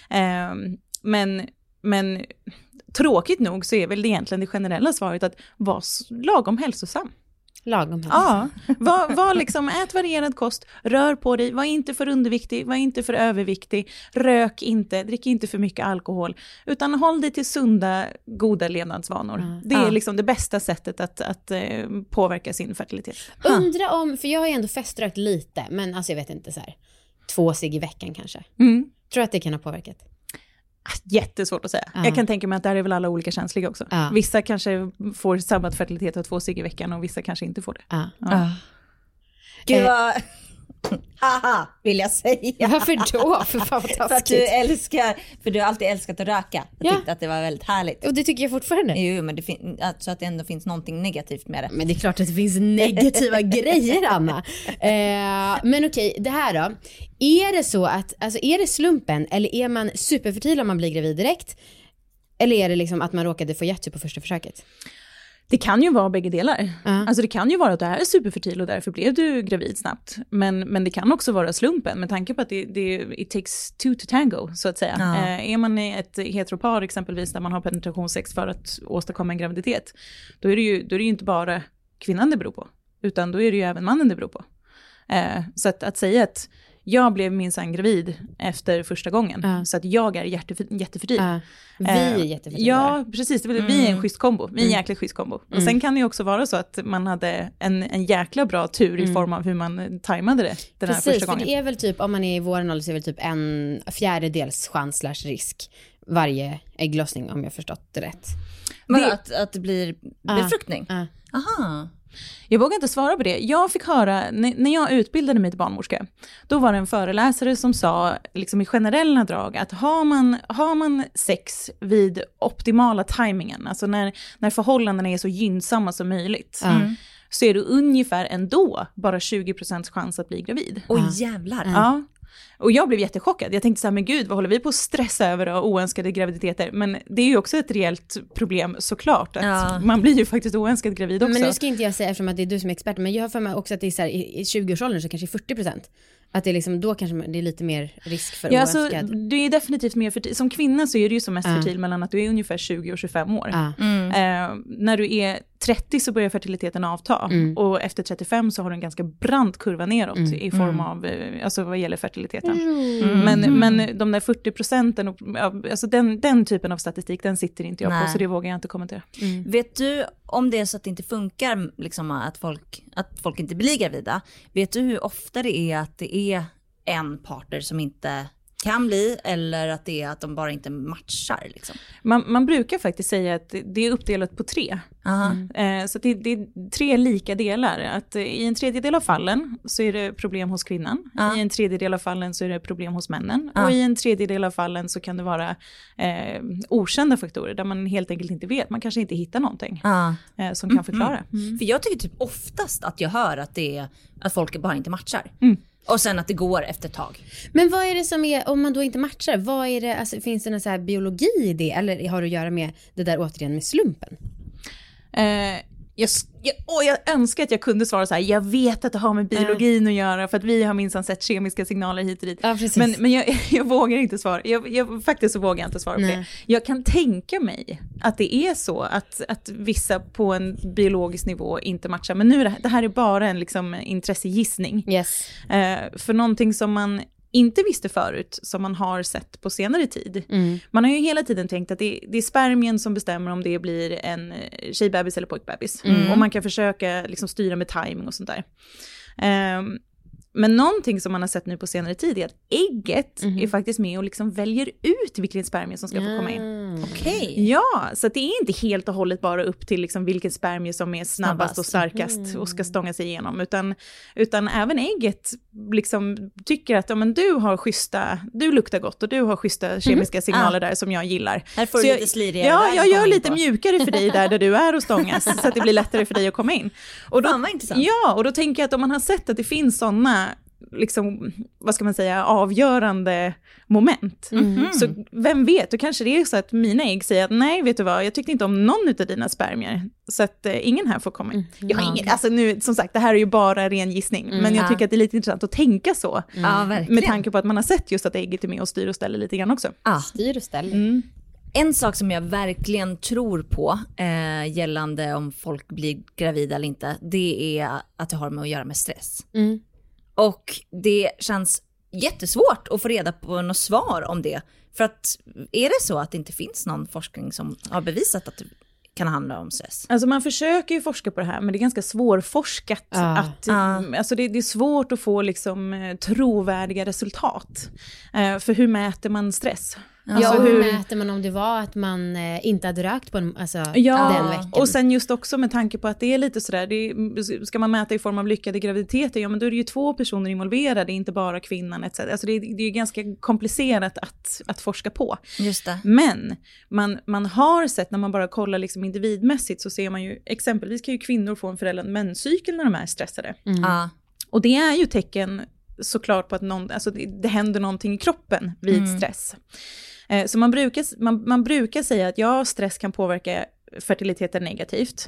Men tråkigt nog så är väl det egentligen det generella svaret att vara lagom hälsosam. Lagom hälsosam. Ja, var liksom, ät varierad kost, rör på dig, var inte för underviktig, var inte för överviktig, rök inte, drick inte för mycket alkohol, utan håll dig till sunda, goda levnadsvanor. Det är liksom det bästa sättet att påverka sin fertilitet. Undra om, för jag har ju ändå feströkt lite, men alltså jag vet inte så här, 2 cigg i veckan kanske. Tror att det kan ha påverkat? Jättesvårt att säga. Jag kan tänka mig att där är väl alla olika känsliga också. Vissa kanske får samma fertilitet av 2 cigg i veckan och vissa kanske inte får det. Gud vad... Haha, vill jag säga. Varför då? För att du har alltid älskat att röka. Jag tyckte att det var väldigt härligt. Och det tycker jag fortfarande. Jo, men så att det ändå finns någonting negativt med det. Men det är klart att det finns negativa grejer, Anna. Men okej, det här då. Är det så att, alltså är det slumpen eller är man superfertil om man blir gravid direkt? Eller är det liksom att man råkade få hjärttyp på första försöket? Det kan ju vara bägge delar. Alltså det kan ju vara att du är superfertil och därför blev du gravid snabbt. Men det kan också vara slumpen med tanke på att it takes two to tango, så att säga. Är man i ett heteropar exempelvis där man har penetrationssex för att åstadkomma en graviditet, då är det ju inte bara kvinnan det beror på, utan då är det ju även mannen det beror på. Så att säga att jag blev minsann gravid efter första gången. Så att jag är jättefertil. Vi är jättefertila. Ja, precis. Vi är en schysst kombo. Vi är en jäkla schysst kombo. Och sen kan det ju också vara så att man hade en jäkla bra tur i form av hur man tajmade det den här första gången. För det är väl typ, om man är i våren ålder så är det väl typ 1/4 chans / risk varje ägglossning, om jag förstått det rätt. Att det blir befruktning? Aha. Jag vågar inte svara på det. Jag fick höra, när jag utbildade mig till barnmorska, då var det en föreläsare som sa liksom i generella drag att har man sex vid optimala tajmingen, alltså när förhållandena är så gynnsamma som möjligt, så är det ungefär ändå bara 20% chans att bli gravid. Oj jävlar. Ja. Och jag blev jättechockad. Jag tänkte så här, men gud, vad håller vi på att stressa över då, oönskade graviditeter? Men det är ju också ett reellt problem såklart. Att man blir ju faktiskt oönskad gravid också. Men nu ska inte jag säga, eftersom att det är du som är expert, men jag har för mig också att det är så här, i 20-årsåldern så kanske 40%. Att det är liksom, då kanske det är lite mer risk för oönskad. Alltså, du är definitivt mer fertil. Som kvinna så är du ju som mest fertil mellan att du är ungefär 20 och 25 år. När du är 30 så börjar fertiliteten avta. Och efter 35 så har du en ganska brant kurva neråt i form av, alltså vad gäller fertiliteten. Men de där 40%, alltså den typen av statistik, den sitter inte jag på, så det vågar jag inte kommentera. Vet du om det är så att det inte funkar, liksom, att folk inte blir gravida, vet du hur ofta det är att det är en partner som inte kan bli, eller att det är att de bara inte matchar liksom? Man brukar faktiskt säga att det är uppdelat på 3. Så det är 3 lika delar. Att i en tredjedel av fallen så är det problem hos kvinnan. I en tredjedel av fallen så är det problem hos männen. Och i en tredjedel av fallen så kan det vara okända faktorer där man helt enkelt inte vet. Man kanske inte hittar någonting som kan förklara. För jag tycker typ oftast att jag hör att det är att folk bara inte matchar. Och sen att det går efter ett tag. Men vad är det som är, om man då inte matchar, vad är det, alltså, finns det någon så här biologi i det? Eller har det att göra med det där återigen med slumpen? Jag önskar att jag kunde svara så här. Jag vet att det har med biologin att göra, för att vi har minsann sett kemiska signaler hit och dit. Men jag vågar inte svara. Faktiskt så vågar jag inte svara på det. Jag kan tänka mig att det är så att vissa på en biologisk nivå inte matchar. Men nu det här är bara en liksom intressegissning. Yes. För någonting som man inte visste förut, som man har sett på senare tid. Man har ju hela tiden tänkt att det är spermien som bestämmer om det blir en tjejbebis eller pojkbebis. Och man kan försöka liksom styra med timing och sånt där. Men någonting som man har sett nu på senare tid är att ägget är faktiskt med och liksom väljer ut vilken spermie som ska få komma in. Okej. Ja, så det är inte helt och hållet bara upp till liksom vilken spermie som är snabbast och starkast och ska stånga sig igenom. Utan även ägget liksom tycker att men du luktar gott och du har schyssta kemiska signaler där som jag gillar. Här får så du lite slirigare. Ja, jag gör lite mjukare för dig där du är och stångas så att det blir lättare för dig att komma in. Och då, fan vad intressant. Ja, och då tänker jag att om man har sett att det finns sådana liksom, vad ska man säga, avgörande moment. Så vem vet, då kanske det är så att mina ägg säger att nej, vet du vad, jag tyckte inte om någon av dina spermier, så att ingen här får komma in. Jag har ingen, alltså nu, som sagt, det här är ju bara ren gissning, men jag tycker att det är lite intressant att tänka så, med tanke på att man har sett just att ägget är med och styr och ställer lite grann också. Styr och ställer. En sak som jag verkligen tror på gällande om folk blir gravida eller inte, det är att det har med att göra med stress. Och det känns jättesvårt att få reda på något svar om det. För att är det så att det inte finns någon forskning som har bevisat att det kan handla om stress? Alltså man försöker ju forska på det här, men det är ganska svårforskat. Alltså det är svårt att få liksom trovärdiga resultat. För hur mäter man stress? Alltså hur mäter man om det var att man inte hade rökt på den veckan? Och sen just också med tanke på att det är lite sådär, ska man mäta i form av lyckade graviditeter, men då är det ju 2 personer involverade, inte bara kvinnan etc. Alltså det är ju ganska komplicerat att forska på. Just det. Men man har sett, när man bara kollar liksom individmässigt, så ser man ju, exempelvis kan ju kvinnor få en förändrad menscykel när de är stressade. Och det är ju tecken såklart på att det händer någonting i kroppen vid stress. Så man brukar säga att stress kan påverka fertiliteten negativt.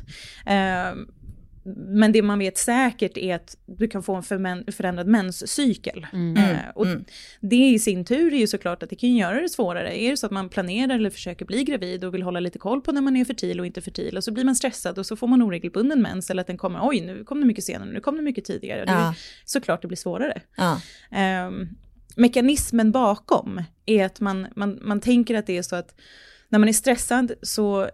Men det man vet säkert är att du kan få en förändrad menscykel. Och det i sin tur är ju såklart att det kan göra det svårare. Är det så att man planerar eller försöker bli gravid och vill hålla lite koll på när man är fertil och inte fertil, och så blir man stressad och så får man oregelbunden mens, eller att den kommer, nu kom det mycket senare, nu kom det mycket tidigare. Och det är såklart det blir svårare. Mekanismen bakom är att man tänker att det är så att när man är stressad så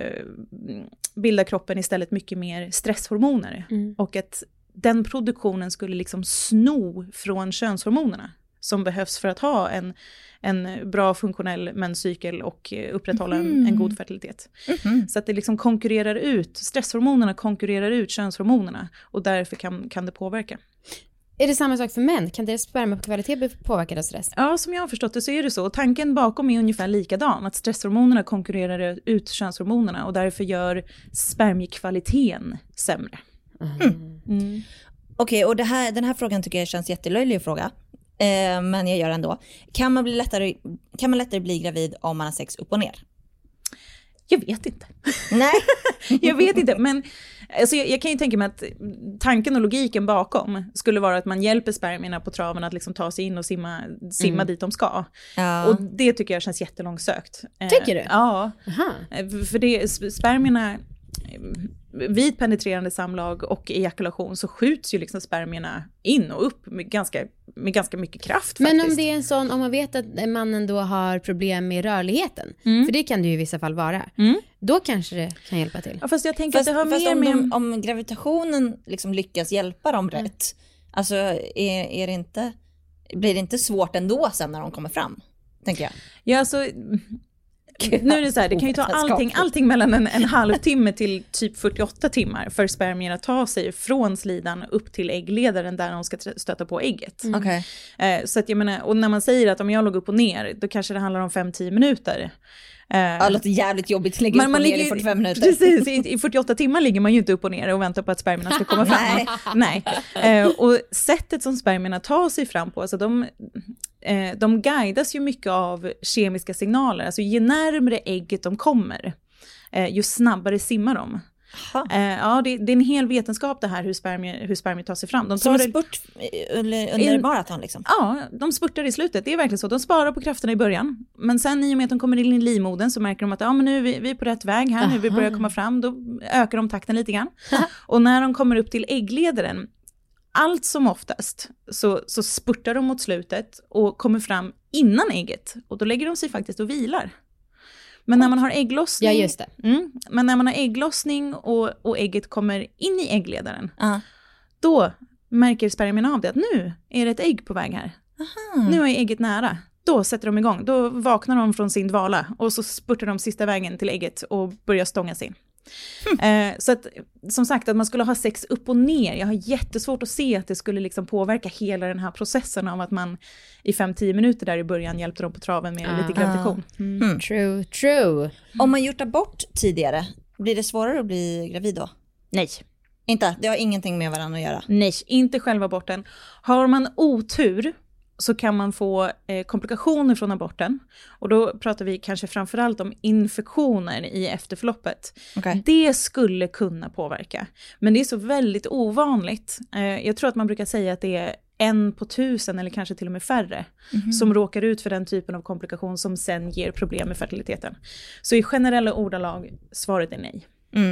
bildar kroppen istället mycket mer stresshormoner. Och att den produktionen skulle liksom sno från könshormonerna. som behövs för att ha en bra funktionell menscykel och upprätthålla en god fertilitet. Så att det liksom konkurrerar ut, stresshormonerna konkurrerar ut könshormonerna och därför kan det påverka. Är det samma sak för män? Kan deras spermakvalitet påverka deras stress? Ja, som jag har förstått det så är det så. Tanken bakom är ungefär likadan. Att stresshormonerna konkurrerar ut könshormonerna och därför gör spermiekvaliteten sämre. Okej, och den här frågan tycker jag känns jättelöjlig att fråga. Men jag gör ändå. Kan man lättare bli gravid om man har sex upp och ner? Jag vet inte. Nej. Jag vet inte, men alltså, jag kan ju tänka mig att tanken och logiken bakom skulle vara att man hjälper spermierna på traven att liksom ta sig in och simma dit de ska. Ja. Och det tycker jag känns jättelångsökt. Tycker du? Ja. Aha. För det, spermierna vid penetrerande samlag och ejakulation så skjuts ju liksom spermierna in och upp med ganska mycket kraft faktiskt. Men om det är en sån, om man vet att mannen då har problem med rörligheten, för det kan det ju i vissa fall vara, då kanske det kan hjälpa till. Ja, fast jag tänker att det har mer med... om gravitationen liksom lyckas hjälpa dem rätt, alltså är det inte, blir det inte svårt ändå sen när de kommer fram, tänker jag. Ja, alltså... Nu är det så här, det kan ju ta allting mellan en halvtimme till typ 48 timmar för spermier att ta sig från slidan upp till äggledaren där de ska stöta på ägget. Så att jag menar, och när man säger att om jag låg upp och ner, då kanske det handlar om 5-10 minuter. Det låter jävligt jobbigt att ligga upp och ner i 45 minuter. Precis, i 48 timmar ligger man ju inte upp och ner och väntar på att spermierna ska komma fram. Nej. Och sättet som spermierna tar sig fram på, alltså de guidas ju mycket av kemiska signaler. Alltså ju närmare ägget de kommer, ju snabbare simmar de. Ja, det är en hel vetenskap det här hur spermier tar sig fram. Som en spurt under maraton liksom? Ja, de spurtar i slutet. Det är verkligen så. De sparar på krafterna i början. Men sen i och med att de kommer in i livmodern så märker de att men nu är vi på rätt väg här. Nu vi börjar komma fram. Då ökar de takten lite grann. Och när de kommer upp till äggledaren, allt som oftast så spurtar de mot slutet och kommer fram innan ägget. Och då lägger de sig faktiskt och vilar. Men när man har ägglossning, ja, just det. Men när man har ägglossning och ägget kommer in i äggledaren, då märker spermierna av det att nu är det ett ägg på väg här. Nu är ägget nära. Då sätter de igång. Då vaknar de från sin dvala och så spurtar de sista vägen till ägget och börjar stånga sig in. Så att, som sagt, att man skulle ha sex upp och ner, jag har jättesvårt att se att det skulle liksom påverka hela den här processen av att man i 5-10 minuter där i början hjälpte dem på traven med lite gravitation. True. Om man gjort abort tidigare, blir det svårare att bli gravid då? Nej. Inte? Det har ingenting med varandra att göra? Nej, inte själva aborten. Har man otur så kan man få komplikationer från aborten. Och då pratar vi kanske framförallt om infektioner i efterförloppet. Det skulle kunna påverka. Men det är så väldigt ovanligt. Jag tror att man brukar säga att det är 1 på 1000 eller kanske till och med färre som råkar ut för den typen av komplikation som sen ger problem med fertiliteten. Så i generella ordalag, svaret är nej.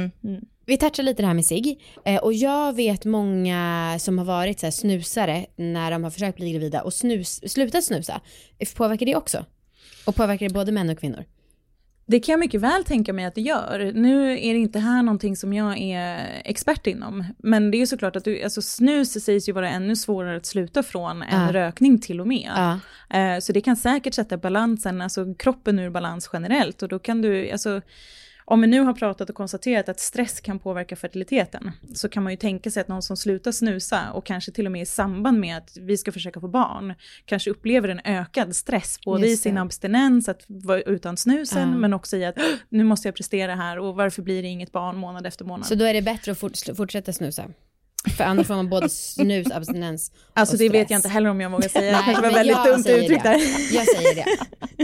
Vi touchar lite det här med sig. Och jag vet många som har varit så här snusare när de har försökt bli gravida och slutat snusa. Påverkar det också? Och påverkar det både män och kvinnor? Det kan jag mycket väl tänka mig att det gör. Nu är det inte här någonting som jag är expert inom. Men det är såklart att alltså snus sägs ju vara ännu svårare att sluta från än rökning till och med. Så det kan säkert sätta balansen, alltså kroppen ur balans generellt. Och då kan du, alltså... Om vi nu har pratat och konstaterat att stress kan påverka fertiliteten, så kan man ju tänka sig att någon som slutar snusa och kanske till och med i samband med att vi ska försöka få barn kanske upplever en ökad stress både i sin abstinens att vara utan snusen men också i att nu måste jag prestera här och varför blir det inget barn månad efter månad. Så då är det bättre att fortsätta snusa? För annars får man både snus, abstinens och alltså det stress. Vet jag inte heller om jag vågar säga. Det var väldigt dumt uttryckt där. Jag säger det.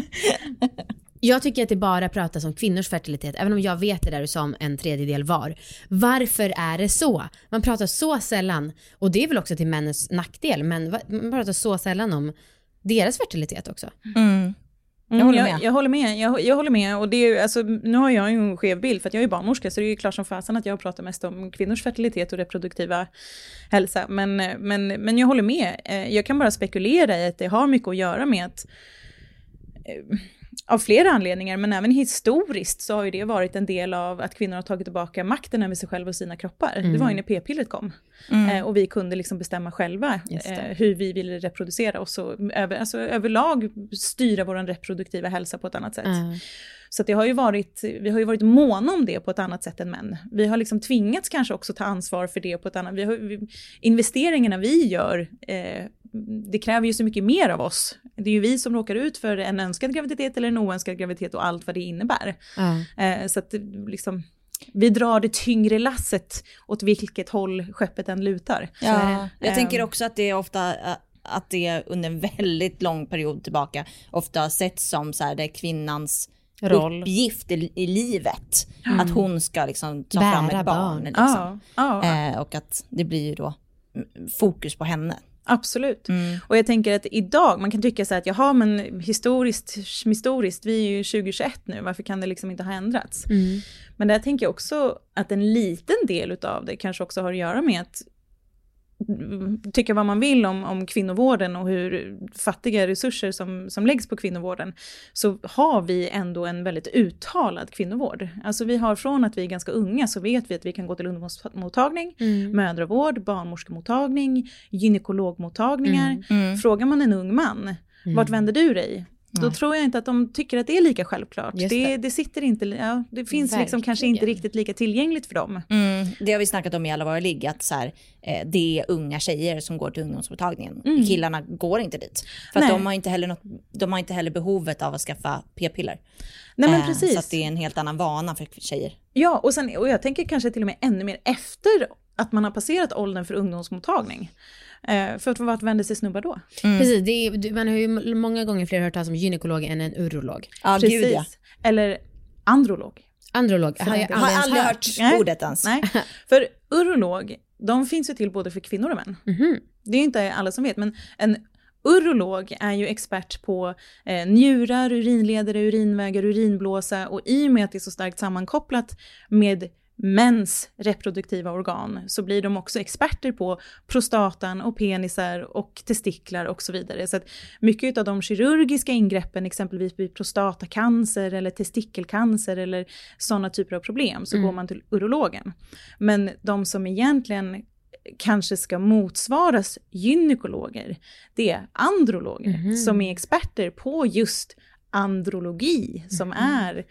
Jag tycker att det bara pratas om kvinnors fertilitet, även om jag vet det där som 1/3 var. Varför är det så? Man pratar så sällan, och det är väl också till männens nackdel, men man pratar så sällan om deras fertilitet också. Jag håller med. Jag håller med. Och det är, alltså, nu har jag ju en skev bild för att jag är barnmorska, så det är ju klart som fasen att jag pratar mest om kvinnors fertilitet och reproduktiva hälsa. Men jag håller med. Jag kan bara spekulera i att det har mycket att göra med att Av flera anledningar, men även historiskt så har ju det varit en del av att kvinnor har tagit tillbaka makten över sig själva och sina kroppar. Det var ju när p-pillret kom. Och vi kunde liksom bestämma själva hur vi ville reproducera oss och överlag styra vår reproduktiva hälsa på ett annat sätt. Så att vi har ju varit måna om det på ett annat sätt än män. Vi har liksom tvingats kanske också ta ansvar för det på ett annat. Investeringarna vi gör, det kräver ju så mycket mer av oss. Det är ju vi som råkar ut för en önskad graviditet eller en oönskad graviditet och allt vad det innebär. Så att liksom, vi drar det tyngre lasset åt vilket håll skeppet än lutar. Ja, jag tänker också att det är ofta att det under en väldigt lång period tillbaka ofta har sett som så här, det är kvinnans uppgift i livet. Att hon ska liksom ta fram ett barn. Liksom. Och att det blir ju då fokus på henne. Absolut. Och jag tänker att idag, man kan tycka så här att jaha, men historiskt, vi är ju 2021 nu, varför kan det liksom inte ha ändrats? Men där tänker jag också att en liten del utav det kanske också har att göra med att tycka vad man vill om kvinnovården och hur fattiga resurser som läggs på kvinnovården, så har vi ändå en väldigt uttalad kvinnovård. Alltså vi har från att vi är ganska unga så vet vi att vi kan gå till ungdomsmottagning, mödravård, barnmorskemottagning, gynekologmottagningar. Frågar man en ung man, vart vänder du dig? Då tror jag inte att de tycker att det är lika självklart. Det sitter inte, det finns liksom kanske inte riktigt lika tillgängligt för dem. Det har vi snackat om i alla våra ligg, att så här, det är unga tjejer som går till ungdomsmottagningen. Killarna går inte dit. För att de har inte heller behovet av att skaffa p-piller. Nej, men precis. Så att det är en helt annan vana för tjejer. Ja, och jag tänker kanske till och med ännu mer efter att man har passerat åldern för ungdomsmottagning. För att vart vänder sig snubbar då? Precis, man har ju många gånger fler hört talas om gynekolog än en urolog. Ja, precis. Gud, ja. Eller androlog. Androlog, jag har aldrig hört ordet ens. Nej. För urolog, de finns ju till både för kvinnor och män. Det är ju inte alla som vet, men en urolog är ju expert på njurar, urinledare, urinvägar, urinblåsa, och i och med att det är så starkt sammankopplat med mäns reproduktiva organ så blir de också experter på prostatan och penisar och testiklar och så vidare. Så att mycket av de kirurgiska ingreppen, exempelvis vid prostatacancer eller testikelcancer eller sådana typer av problem, så går man till urologen. Men de som egentligen kanske ska motsvaras gynekologer, det är androloger som är experter på just andrologi, som är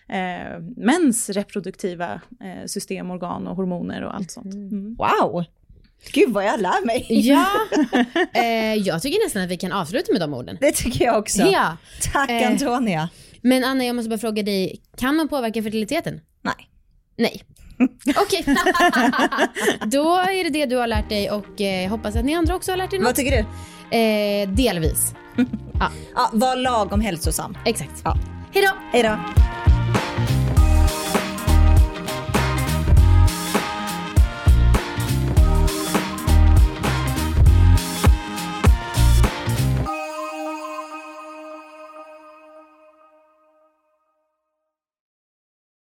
mäns reproduktiva system, organ och hormoner och allt sånt. Wow! Gud vad jag lär mig. Ja, jag tycker nästan att vi kan avsluta med de orden. Det tycker jag också. Ja. Tack Antonia. Men Anna, jag måste bara fråga dig, kan man påverka fertiliteten? Nej. Okej. Då är det du har lärt dig, och hoppas att ni andra också har lärt er något. Vad tycker du? Delvis. Ja, var lagom hälsosam. Exakt. Ja. Hej då. Hej då.